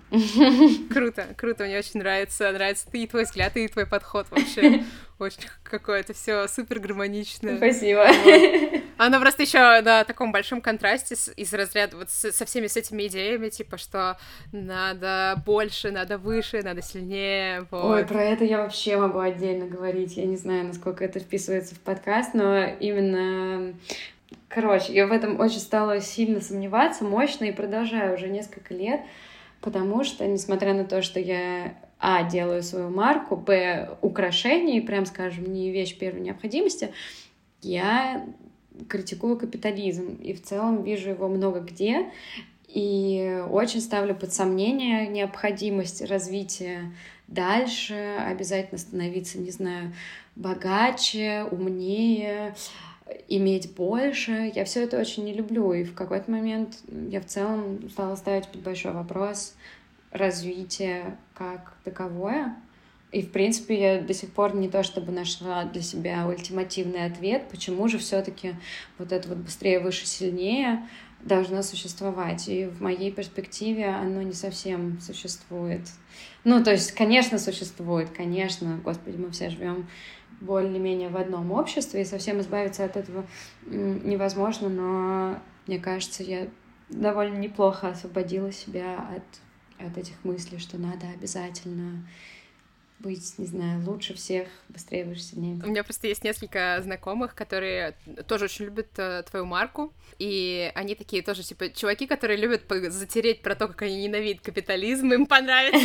Круто, мне очень нравится ты и твой взгляд, и твой подход вообще. Очень какое-то все супер гармоничное. Спасибо. Вот. Оно просто еще на таком большом контрасте из разряда вот со всеми с этими идеями, типа, что надо больше, надо выше, надо сильнее. Вот. Ой, про это я вообще могу отдельно говорить. Я не знаю, насколько это вписывается в подкаст, но именно... Короче, я в этом очень стала сильно сомневаться, мощно, и продолжаю уже несколько лет, потому что, несмотря на то, что я, делаю свою марку, украшений, прям скажем, не вещь первой необходимости, я критикую капитализм, и в целом вижу его много где, и очень ставлю под сомнение необходимость развития дальше, обязательно становиться, не знаю, богаче, умнее, иметь больше. Я все это очень не люблю, и в какой-то момент я в целом стала ставить под большой вопрос развитие как таковое. И, в принципе, я до сих пор не то чтобы нашла для себя ультимативный ответ, почему же все-таки вот это вот быстрее, выше, сильнее должно существовать. И в моей перспективе оно не совсем существует. Ну, то есть, конечно, существует, конечно, господи, мы все живем более-менее в одном обществе, и совсем избавиться от этого невозможно, но мне кажется, я довольно неплохо освободила себя от этих мыслей, что надо обязательно быть, не знаю, лучше всех, быстрее, выше, сильнее. У меня просто есть несколько знакомых, которые тоже очень любят твою марку, и они такие тоже, типа, чуваки, которые любят затереть про то, как они ненавидят капитализм, им понравится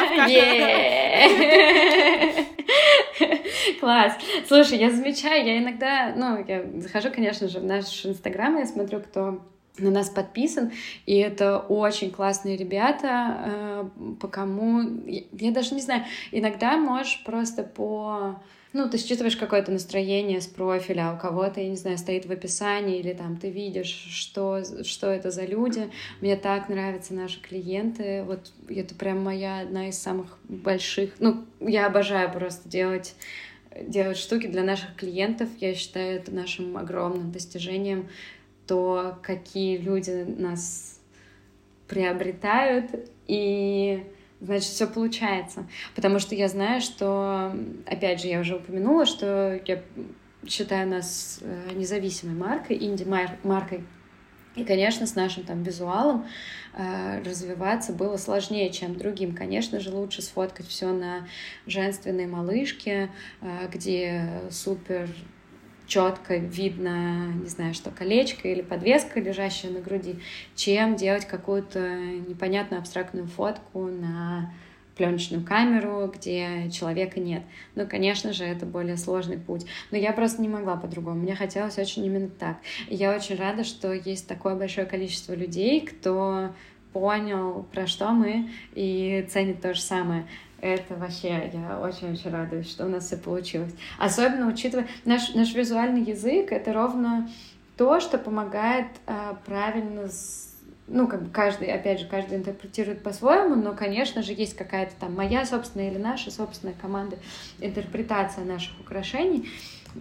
эта Класс. Слушай, я замечаю, я иногда, я захожу, конечно же, в наш Инстаграм, и я смотрю, кто на нас подписан, и это очень классные ребята, по кому... Я даже не знаю, иногда можешь просто ты считываешь какое-то настроение с профиля, а у кого-то, я не знаю, стоит в описании, или там ты видишь, что это за люди. Мне так нравятся наши клиенты, вот это прям моя одна из самых больших... я обожаю просто делать штуки для наших клиентов. Я считаю это нашим огромным достижением, то, какие люди нас приобретают, и, значит, все получается. Потому что я знаю, что, опять же, я уже упомянула, что я считаю нас независимой маркой, инди-маркой. И, конечно, с нашим там визуалом развиваться было сложнее, чем другим. Конечно же, лучше сфоткать все на женственной малышке, где супер четко видно, не знаю, что колечко или подвеска, лежащая на груди, чем делать какую-то непонятную абстрактную фотку на пленочную камеру, где человека нет. Конечно же, это более сложный путь. Но я просто не могла по-другому. Мне хотелось очень именно так. И я очень рада, что есть такое большое количество людей, кто понял, про что мы, и ценит то же самое. Это вообще, я очень-очень радуюсь, что у нас все получилось. Особенно учитывая наш визуальный язык, это ровно то, что помогает правильно... каждый интерпретирует по-своему, но, конечно же, есть какая-то там моя собственная или наша собственная команда, интерпретация наших украшений,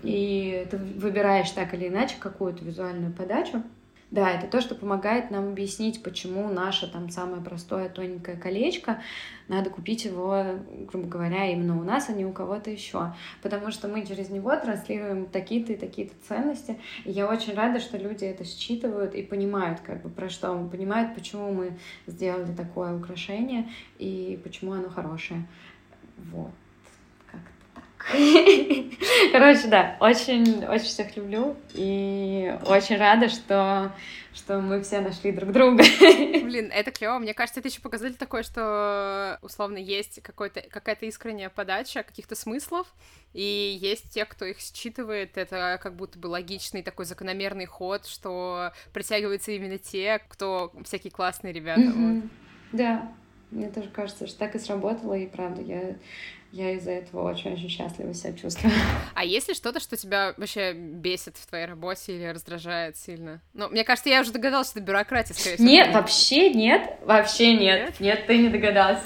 и ты выбираешь так или иначе какую-то визуальную подачу. Да, это то, что помогает нам объяснить, почему наше там самое простое тоненькое колечко, надо купить его, грубо говоря, именно у нас, а не у кого-то еще. Потому что мы через него транслируем такие-то и такие-то ценности. И я очень рада, что люди это считывают и понимают, про что мы, понимают, почему мы сделали такое украшение и почему оно хорошее. Вот. Короче, да, очень всех люблю и очень рада, что мы все нашли друг друга. Блин, это клево. Мне кажется, это еще показатель такой, что условно есть какая-то искренняя подача каких-то смыслов, и есть те, кто их считывает. Это как будто бы логичный такой закономерный ход, что притягиваются именно те, кто всякие классные ребята. Вот. Да. Мне тоже кажется, что так и сработало, и правда, я я из-за этого очень-очень счастливо себя чувствую. А есть ли что-то, что тебя вообще бесит в твоей работе или раздражает сильно? Ну, мне кажется, я уже догадалась, что это бюрократия, скорее всего. Нет, вообще нет. Нет, ты не догадался.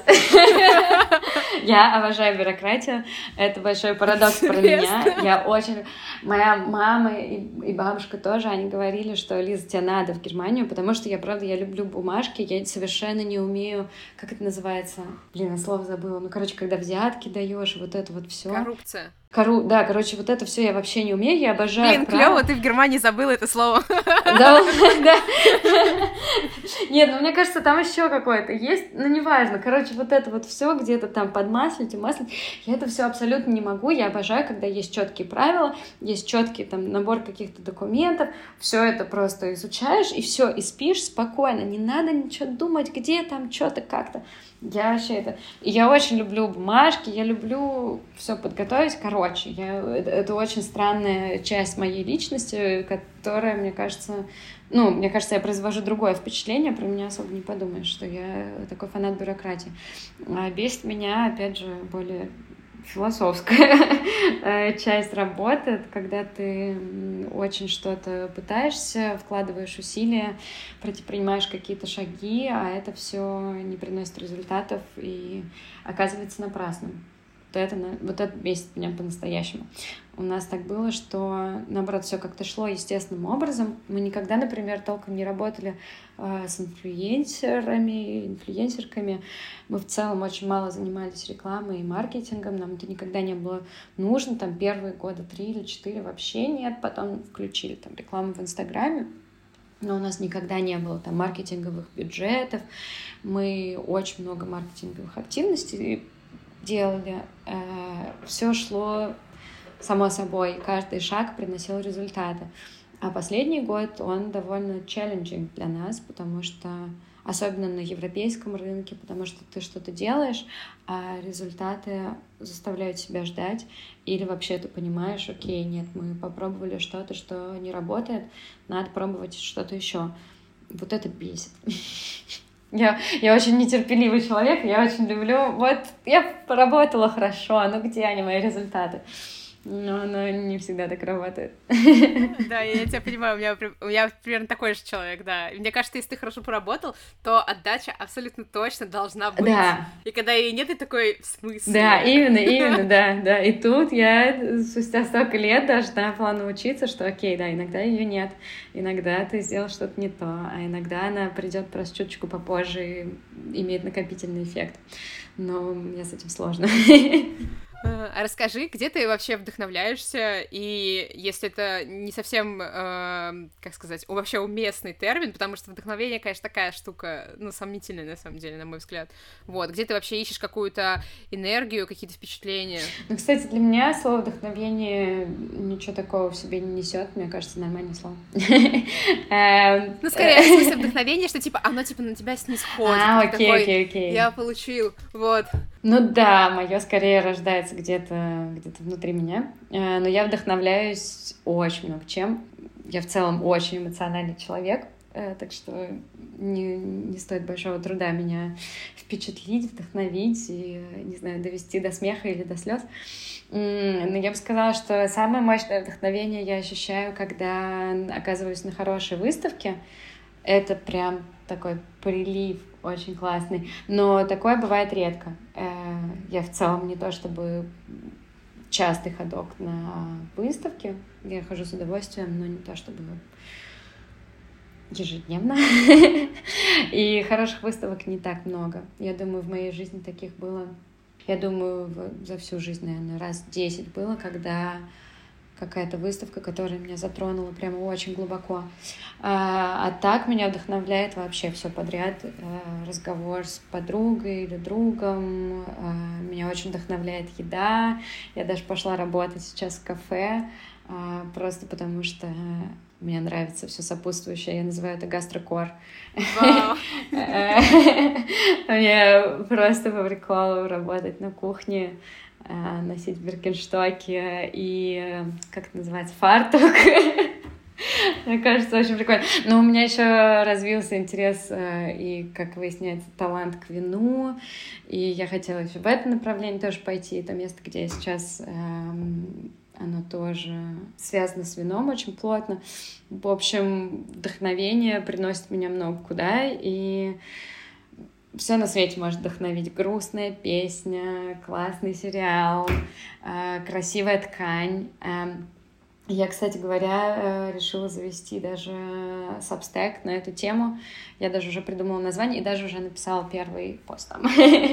Я обожаю бюрократию. Это большой парадокс про меня. Я очень... Моя мама и бабушка тоже, они говорили, что, Лиза, тебе надо в Германию, потому что правда, я люблю бумажки, я совершенно не умею, как это называется? Блин, я слово забыла. Ну, короче, когда взятки даешь, вот это вот все. Коррупция. Да, короче, вот это все я вообще не умею, я обожаю. Блин, клево, ты в Германии забыла это слово. Да. Нет, ну мне кажется, там еще какое-то есть, но неважно. Короче, вот это вот все где-то там подмаслить, я это все абсолютно не могу. Я обожаю, когда есть четкие правила, есть четкий там набор каких-то документов, все это просто изучаешь и все, и спишь спокойно. Не надо ничего думать, где там что-то как-то. Я вообще это... Я очень люблю бумажки, я люблю все подготовить. Короче, это очень странная часть моей личности, которая, мне кажется... Ну, мне кажется, я произвожу другое впечатление, про меня особо не подумаешь, что я такой фанат бюрократии. А бесит меня, опять же, более философская часть работы, когда ты очень что-то пытаешься, вкладываешь усилия, предпринимаешь какие-то шаги, а это все не приносит результатов и оказывается напрасным. Вот это бесит меня по-настоящему. У нас так было, что, наоборот, все как-то шло естественным образом. Мы никогда, например, толком не работали с инфлюенсерками. Мы в целом очень мало занимались рекламой и маркетингом. Нам это никогда не было нужно. Там первые года 3 или 4 вообще нет. Потом включили там рекламу в Инстаграме. Но у нас никогда не было там маркетинговых бюджетов. Мы очень много маркетинговых активностей делали. Все шло само собой, каждый шаг приносил результаты. А последний год, он довольно challenging для нас, потому что, особенно на европейском рынке, потому что ты что-то делаешь, а результаты заставляют себя ждать, или вообще ты понимаешь, окей, нет, мы попробовали что-то, что не работает, надо пробовать что-то еще. Вот это бесит. Я очень нетерпеливый человек, я очень люблю... Вот я поработала хорошо, ну где они, мои результаты? Но оно не всегда так работает. Да, я тебя понимаю, у меня примерно такой же человек, да. Мне кажется, если ты хорошо поработал, то отдача абсолютно точно должна быть. Да. И когда ее нет, ты такой, в смысле? Да, именно, да. И тут я спустя столько лет должна была научиться, что окей, да, иногда ее нет, иногда ты сделал что-то не то, а иногда она придет просто чуточку попозже и имеет накопительный эффект. Но мне с этим сложно. А расскажи, где ты вообще вдохновляешься, и если это не совсем, как сказать, вообще уместный термин, потому что вдохновение, конечно, такая штука, ну, сомнительная, на самом деле, на мой взгляд. Вот, где ты вообще ищешь какую-то энергию, какие-то впечатления? Ну, кстати, для меня слово вдохновение ничего такого в себе не несет, мне кажется, нормальное слово. Ну, скорее, в смысле вдохновение, что, типа, оно, типа, на тебя снисходит. Окей. Я получил, вот. Ну да, мое скорее рождается где-то внутри меня, но я вдохновляюсь очень много чем. Я в целом очень эмоциональный человек, так что не стоит большого труда меня впечатлить, вдохновить и, не знаю, довести до смеха или до слез. Но я бы сказала, что самое мощное вдохновение я ощущаю, когда оказываюсь на хорошей выставке. Это прям такой прилив очень классный, но такое бывает редко. Я в целом не то чтобы частый ходок на выставки, я хожу с удовольствием, но не то чтобы ежедневно. И хороших выставок не так много. Я думаю, в моей жизни таких было, за всю жизнь, наверное, раз 10 было, когда какая-то выставка, которая меня затронула прямо очень глубоко. А так меня вдохновляет вообще все подряд. Разговор с подругой или другом. Меня очень вдохновляет еда. Я даже пошла работать сейчас в кафе, просто потому что мне нравится все сопутствующее. Я называю это гастрокор. Мне просто по приколу работать на кухне, носить биркенстоки и, как это называется, фартук. Мне кажется, очень прикольно. Но у меня еще развился интерес и, как выясняется, талант к вину. И я хотела еще в это направление тоже пойти. Это место, где я сейчас, оно тоже связано с вином очень плотно. В общем, вдохновение приносит меня много куда. И все на свете может вдохновить. Грустная песня, классный сериал, красивая ткань. Я, кстати говоря, решила завести даже Substack на эту тему. Я даже уже придумала название и даже уже написала первый пост там.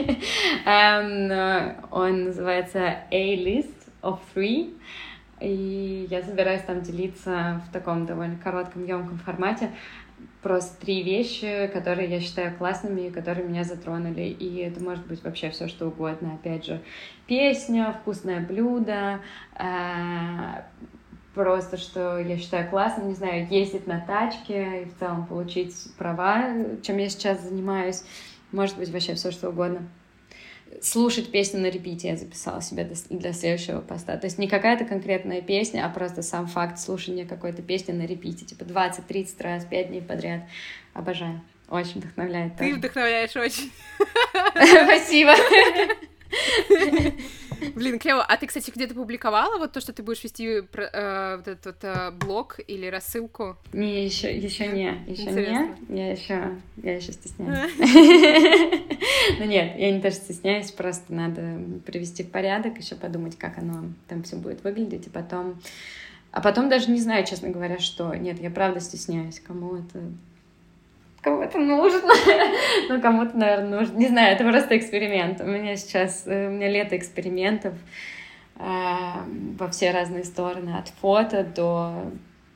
Он называется A-List of Three. И я собираюсь там делиться в таком довольно коротком, емком формате. Просто 3 вещи, которые я считаю классными и которые меня затронули. И это может быть вообще все что угодно. Опять же, песня, вкусное блюдо, просто, что я считаю классным, не знаю, ездить на тачке и в целом получить права, чем я сейчас занимаюсь. Может быть, вообще все что угодно. Слушать песню на репите я записала себе для следующего поста. То есть не какая-то конкретная песня, а просто сам факт слушания какой-то песни на репите. Типа 20-30 раз, 5 дней подряд. Обожаю. Очень вдохновляет. Ты вдохновляешь очень. Спасибо. Блин, клево. А ты, кстати, где-то публиковала вот то, что ты будешь вести вот этот блог или рассылку? Не, еще не. Я еще стесняюсь. Ну нет, я не тоже стесняюсь, просто надо привести в порядок, еще подумать, как оно там все будет выглядеть, и потом... А потом даже не знаю, честно говоря, что... Нет, я правда стесняюсь, кому это нужно. Ну, кому-то, наверное, нужно. Не знаю, это просто эксперимент. У меня лето экспериментов во все разные стороны. От фото до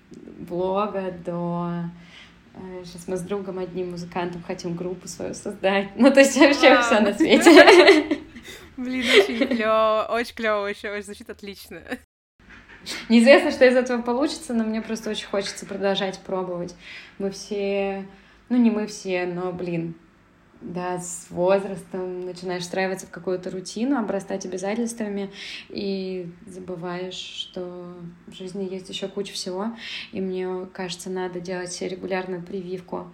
блога, до... Сейчас мы с другом одним музыкантом хотим группу свою создать. Ну, то есть вообще все на свете. Блин, очень клево, очень клево, очень звучит отлично. Неизвестно, что из этого получится, но мне просто очень хочется продолжать пробовать. Мы все... Ну, не мы все, но, блин, да, с возрастом начинаешь встраиваться в какую-то рутину, обрастать обязательствами, и забываешь, что в жизни есть еще куча всего. И мне кажется, надо делать себе регулярную прививку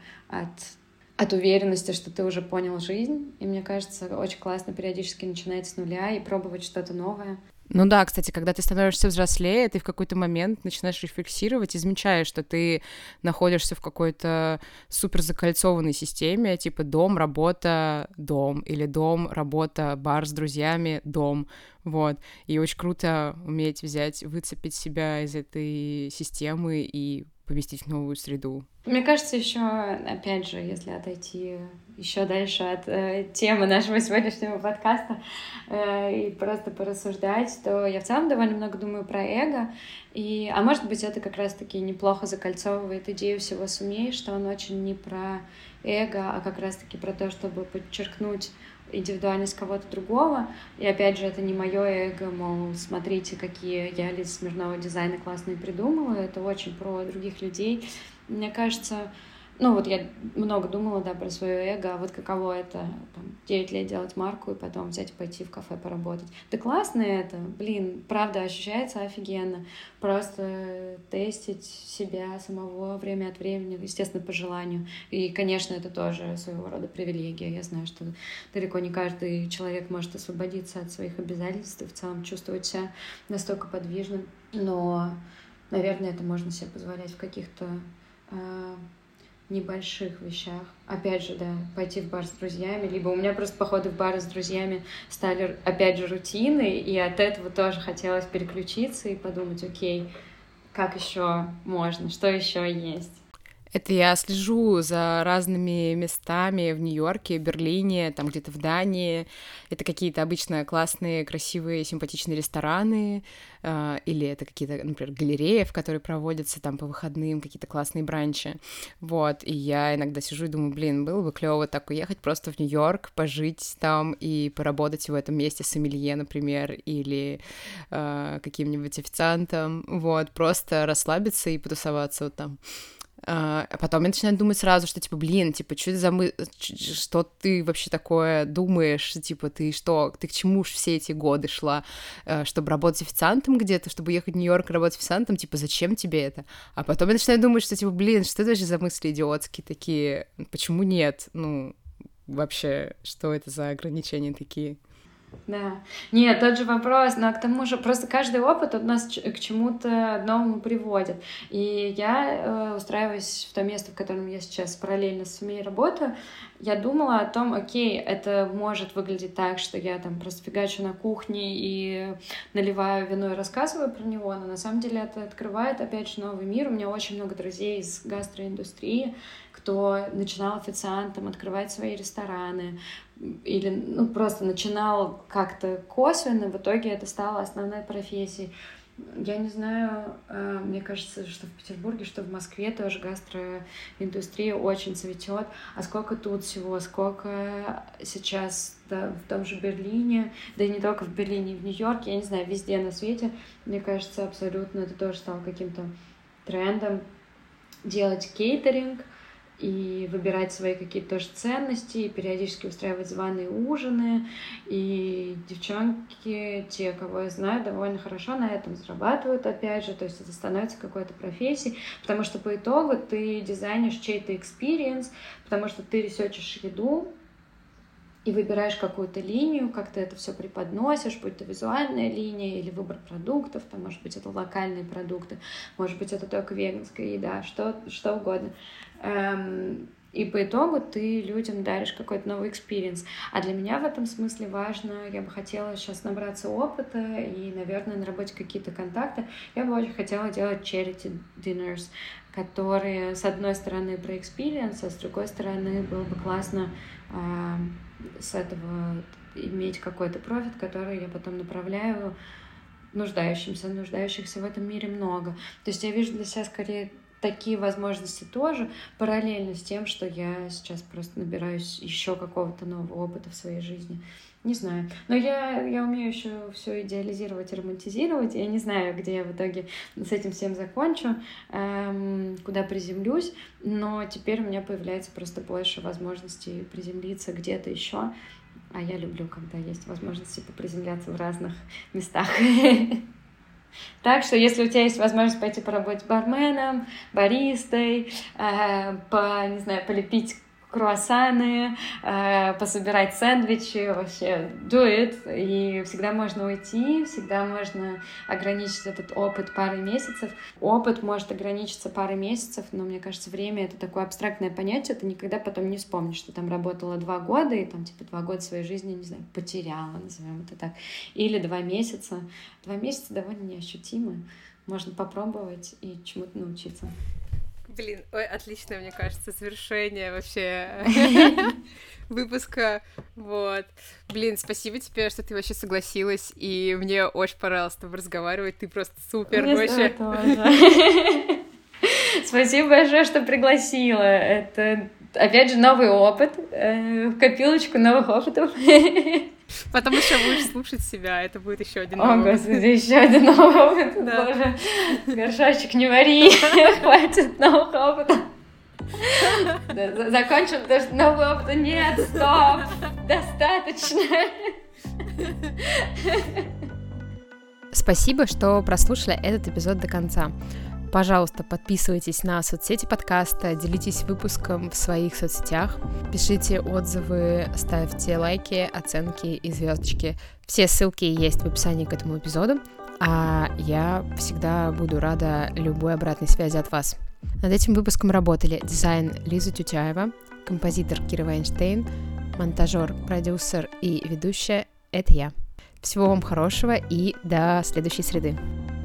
от уверенности, что ты уже понял жизнь. И мне кажется, очень классно периодически начинать с нуля и пробовать что-то новое. Ну да, кстати, когда ты становишься взрослее, ты в какой-то момент начинаешь рефлексировать и замечаешь, что ты находишься в какой-то супер закольцованной системе, типа дом, работа, дом, или дом, работа, бар с друзьями, дом, вот. И очень круто уметь выцепить себя из этой системы и поместить в новую среду. Мне кажется, еще, опять же, если отойти еще дальше от темы нашего сегодняшнего подкаста и просто порассуждать, то я в целом довольно много думаю про эго. А может быть, это как раз-таки неплохо закольцовывает идею «всего сумеешь», что он очень не про эго, а как раз-таки про то, чтобы подчеркнуть индивидуальность кого-то другого. И опять же, это не мое эго, мол, смотрите, какие я Лиза Смирнова дизайны классные придумала. Это очень про других людей. Мне кажется, ну вот я много думала, да, про свое эго, а вот каково это, там, 9 лет делать марку и потом взять и пойти в кафе поработать. Да классно это, блин, правда ощущается офигенно. Просто тестить себя самого время от времени, естественно, по желанию. И, конечно, это тоже своего рода привилегия. Я знаю, что далеко не каждый человек может освободиться от своих обязательств и в целом чувствовать себя настолько подвижным. Но, наверное, это можно себе позволять в каких-то небольших вещах. Опять же, да, пойти в бар с друзьями, либо у меня просто походы в бары с друзьями стали, опять же, рутиной, и от этого тоже хотелось переключиться и подумать, окей, как еще можно, что еще есть. Это я слежу за разными местами в Нью-Йорке, Берлине, там где-то в Дании. Это какие-то обычно классные, красивые, симпатичные рестораны, или это какие-то, например, галереи, в которые проводятся там по выходным какие-то классные бранчи. Вот, и я иногда сижу и думаю, блин, было бы клево так уехать просто в Нью-Йорк, пожить там и поработать в этом месте сомелье, например, или каким-нибудь официантом, вот, просто расслабиться и потусоваться вот там. А потом я начинаю думать сразу, что, типа, блин, типа, что это за что ты вообще такое думаешь, типа, ты к чему ж все эти годы шла, чтобы работать официантом где-то, чтобы ехать в Нью-Йорк работать официантом, типа, зачем тебе это? А потом я начинаю думать, что, типа, блин, что это вообще за мысли идиотские такие, почему нет? Ну, вообще, что это за ограничения такие? Да. Нет, тот же вопрос, но к тому же просто каждый опыт от нас к чему-то новому приводит. И я, устраиваясь в то место, в котором я сейчас параллельно с семьей работаю, я думала о том, окей, это может выглядеть так, что я там просто фигачу на кухне и наливаю вино и рассказываю про него, но на самом деле это открывает, опять же, новый мир. У меня очень много друзей из гастроиндустрии, кто начинал официантом открывать свои рестораны, или просто начинал как-то косвенно, в итоге это стало основной профессией. Я не знаю, мне кажется, что в Петербурге, что в Москве тоже гастроиндустрия очень цветет. А сколько тут всего, сколько сейчас в том же Берлине, да и не только в Берлине, и в Нью-Йорке, я не знаю, везде на свете, мне кажется, абсолютно это тоже стало каким-то трендом делать кейтеринг, и выбирать свои какие-то тоже ценности, и периодически устраивать званые ужины. И девчонки, те, кого я знаю, довольно хорошо на этом зарабатывают, опять же, то есть это становится какой-то профессией, потому что по итогу ты дизайнишь чей-то экспириенс, потому что ты ресерчишь еду, и выбираешь какую-то линию, как ты это все преподносишь, будь то визуальная линия или выбор продуктов, там, может быть, это локальные продукты, может быть, это только веганская еда, что угодно. И по итогу ты людям даришь какой-то новый экспириенс. А для меня в этом смысле важно, я бы хотела сейчас набраться опыта и, наверное, на работе какие-то контакты. Я бы очень хотела делать charity dinners, которые, с одной стороны, про экспириенс, а с другой стороны, было бы классно с этого иметь какой-то профит, который я потом направляю нуждающихся в этом мире много. То есть я вижу для себя скорее такие возможности тоже, параллельно с тем, что я сейчас просто набираюсь еще какого-то нового опыта в своей жизни. Не знаю. Но я умею еще все идеализировать и романтизировать. Я не знаю, где я в итоге с этим всем закончу, куда приземлюсь. Но теперь у меня появляется просто больше возможностей приземлиться где-то еще. А я люблю, когда есть возможности поприземляться в разных местах. Так что, если у тебя есть возможность пойти поработать барменом, баристой, не знаю, полепить круассаны, пособирать сэндвичи, вообще do it. И всегда можно уйти, всегда можно ограничить этот опыт парой месяцев. Опыт может ограничиться парой месяцев, но мне кажется, время — это такое абстрактное понятие, ты никогда потом не вспомнишь, что там работала 2 года, и там типа 2 года своей жизни, не знаю, потеряла, назовем это так. Или 2 месяца. 2 месяца довольно неощутимы. Можно попробовать и чему-то научиться. Блин, ой, отличное, мне кажется, завершение вообще выпуска, вот. Блин, спасибо тебе, что ты вообще согласилась, и мне очень понравилось с тобой разговаривать, ты просто супер вообще. Спасибо большое, что пригласила. Это, опять же, новый опыт, в копилочку новых опытов. Потом еще будешь слушать себя, это будет еще один новый опыт. О, господи, еще один новый опыт. Да. Боже, горшочек не вари, хватит новых опытов. Закончим, потому что нового опыта нет, стоп, достаточно. Спасибо, что прослушали этот эпизод до конца. Пожалуйста, подписывайтесь на соцсети подкаста, делитесь выпуском в своих соцсетях, пишите отзывы, ставьте лайки, оценки и звездочки. Все ссылки есть в описании к этому эпизоду, а я всегда буду рада любой обратной связи от вас. Над этим выпуском работали дизайн Лиза Тютяева, композитор Кира Вайнштейн, монтажер, продюсер и ведущая — это я. Всего вам хорошего и до следующей среды.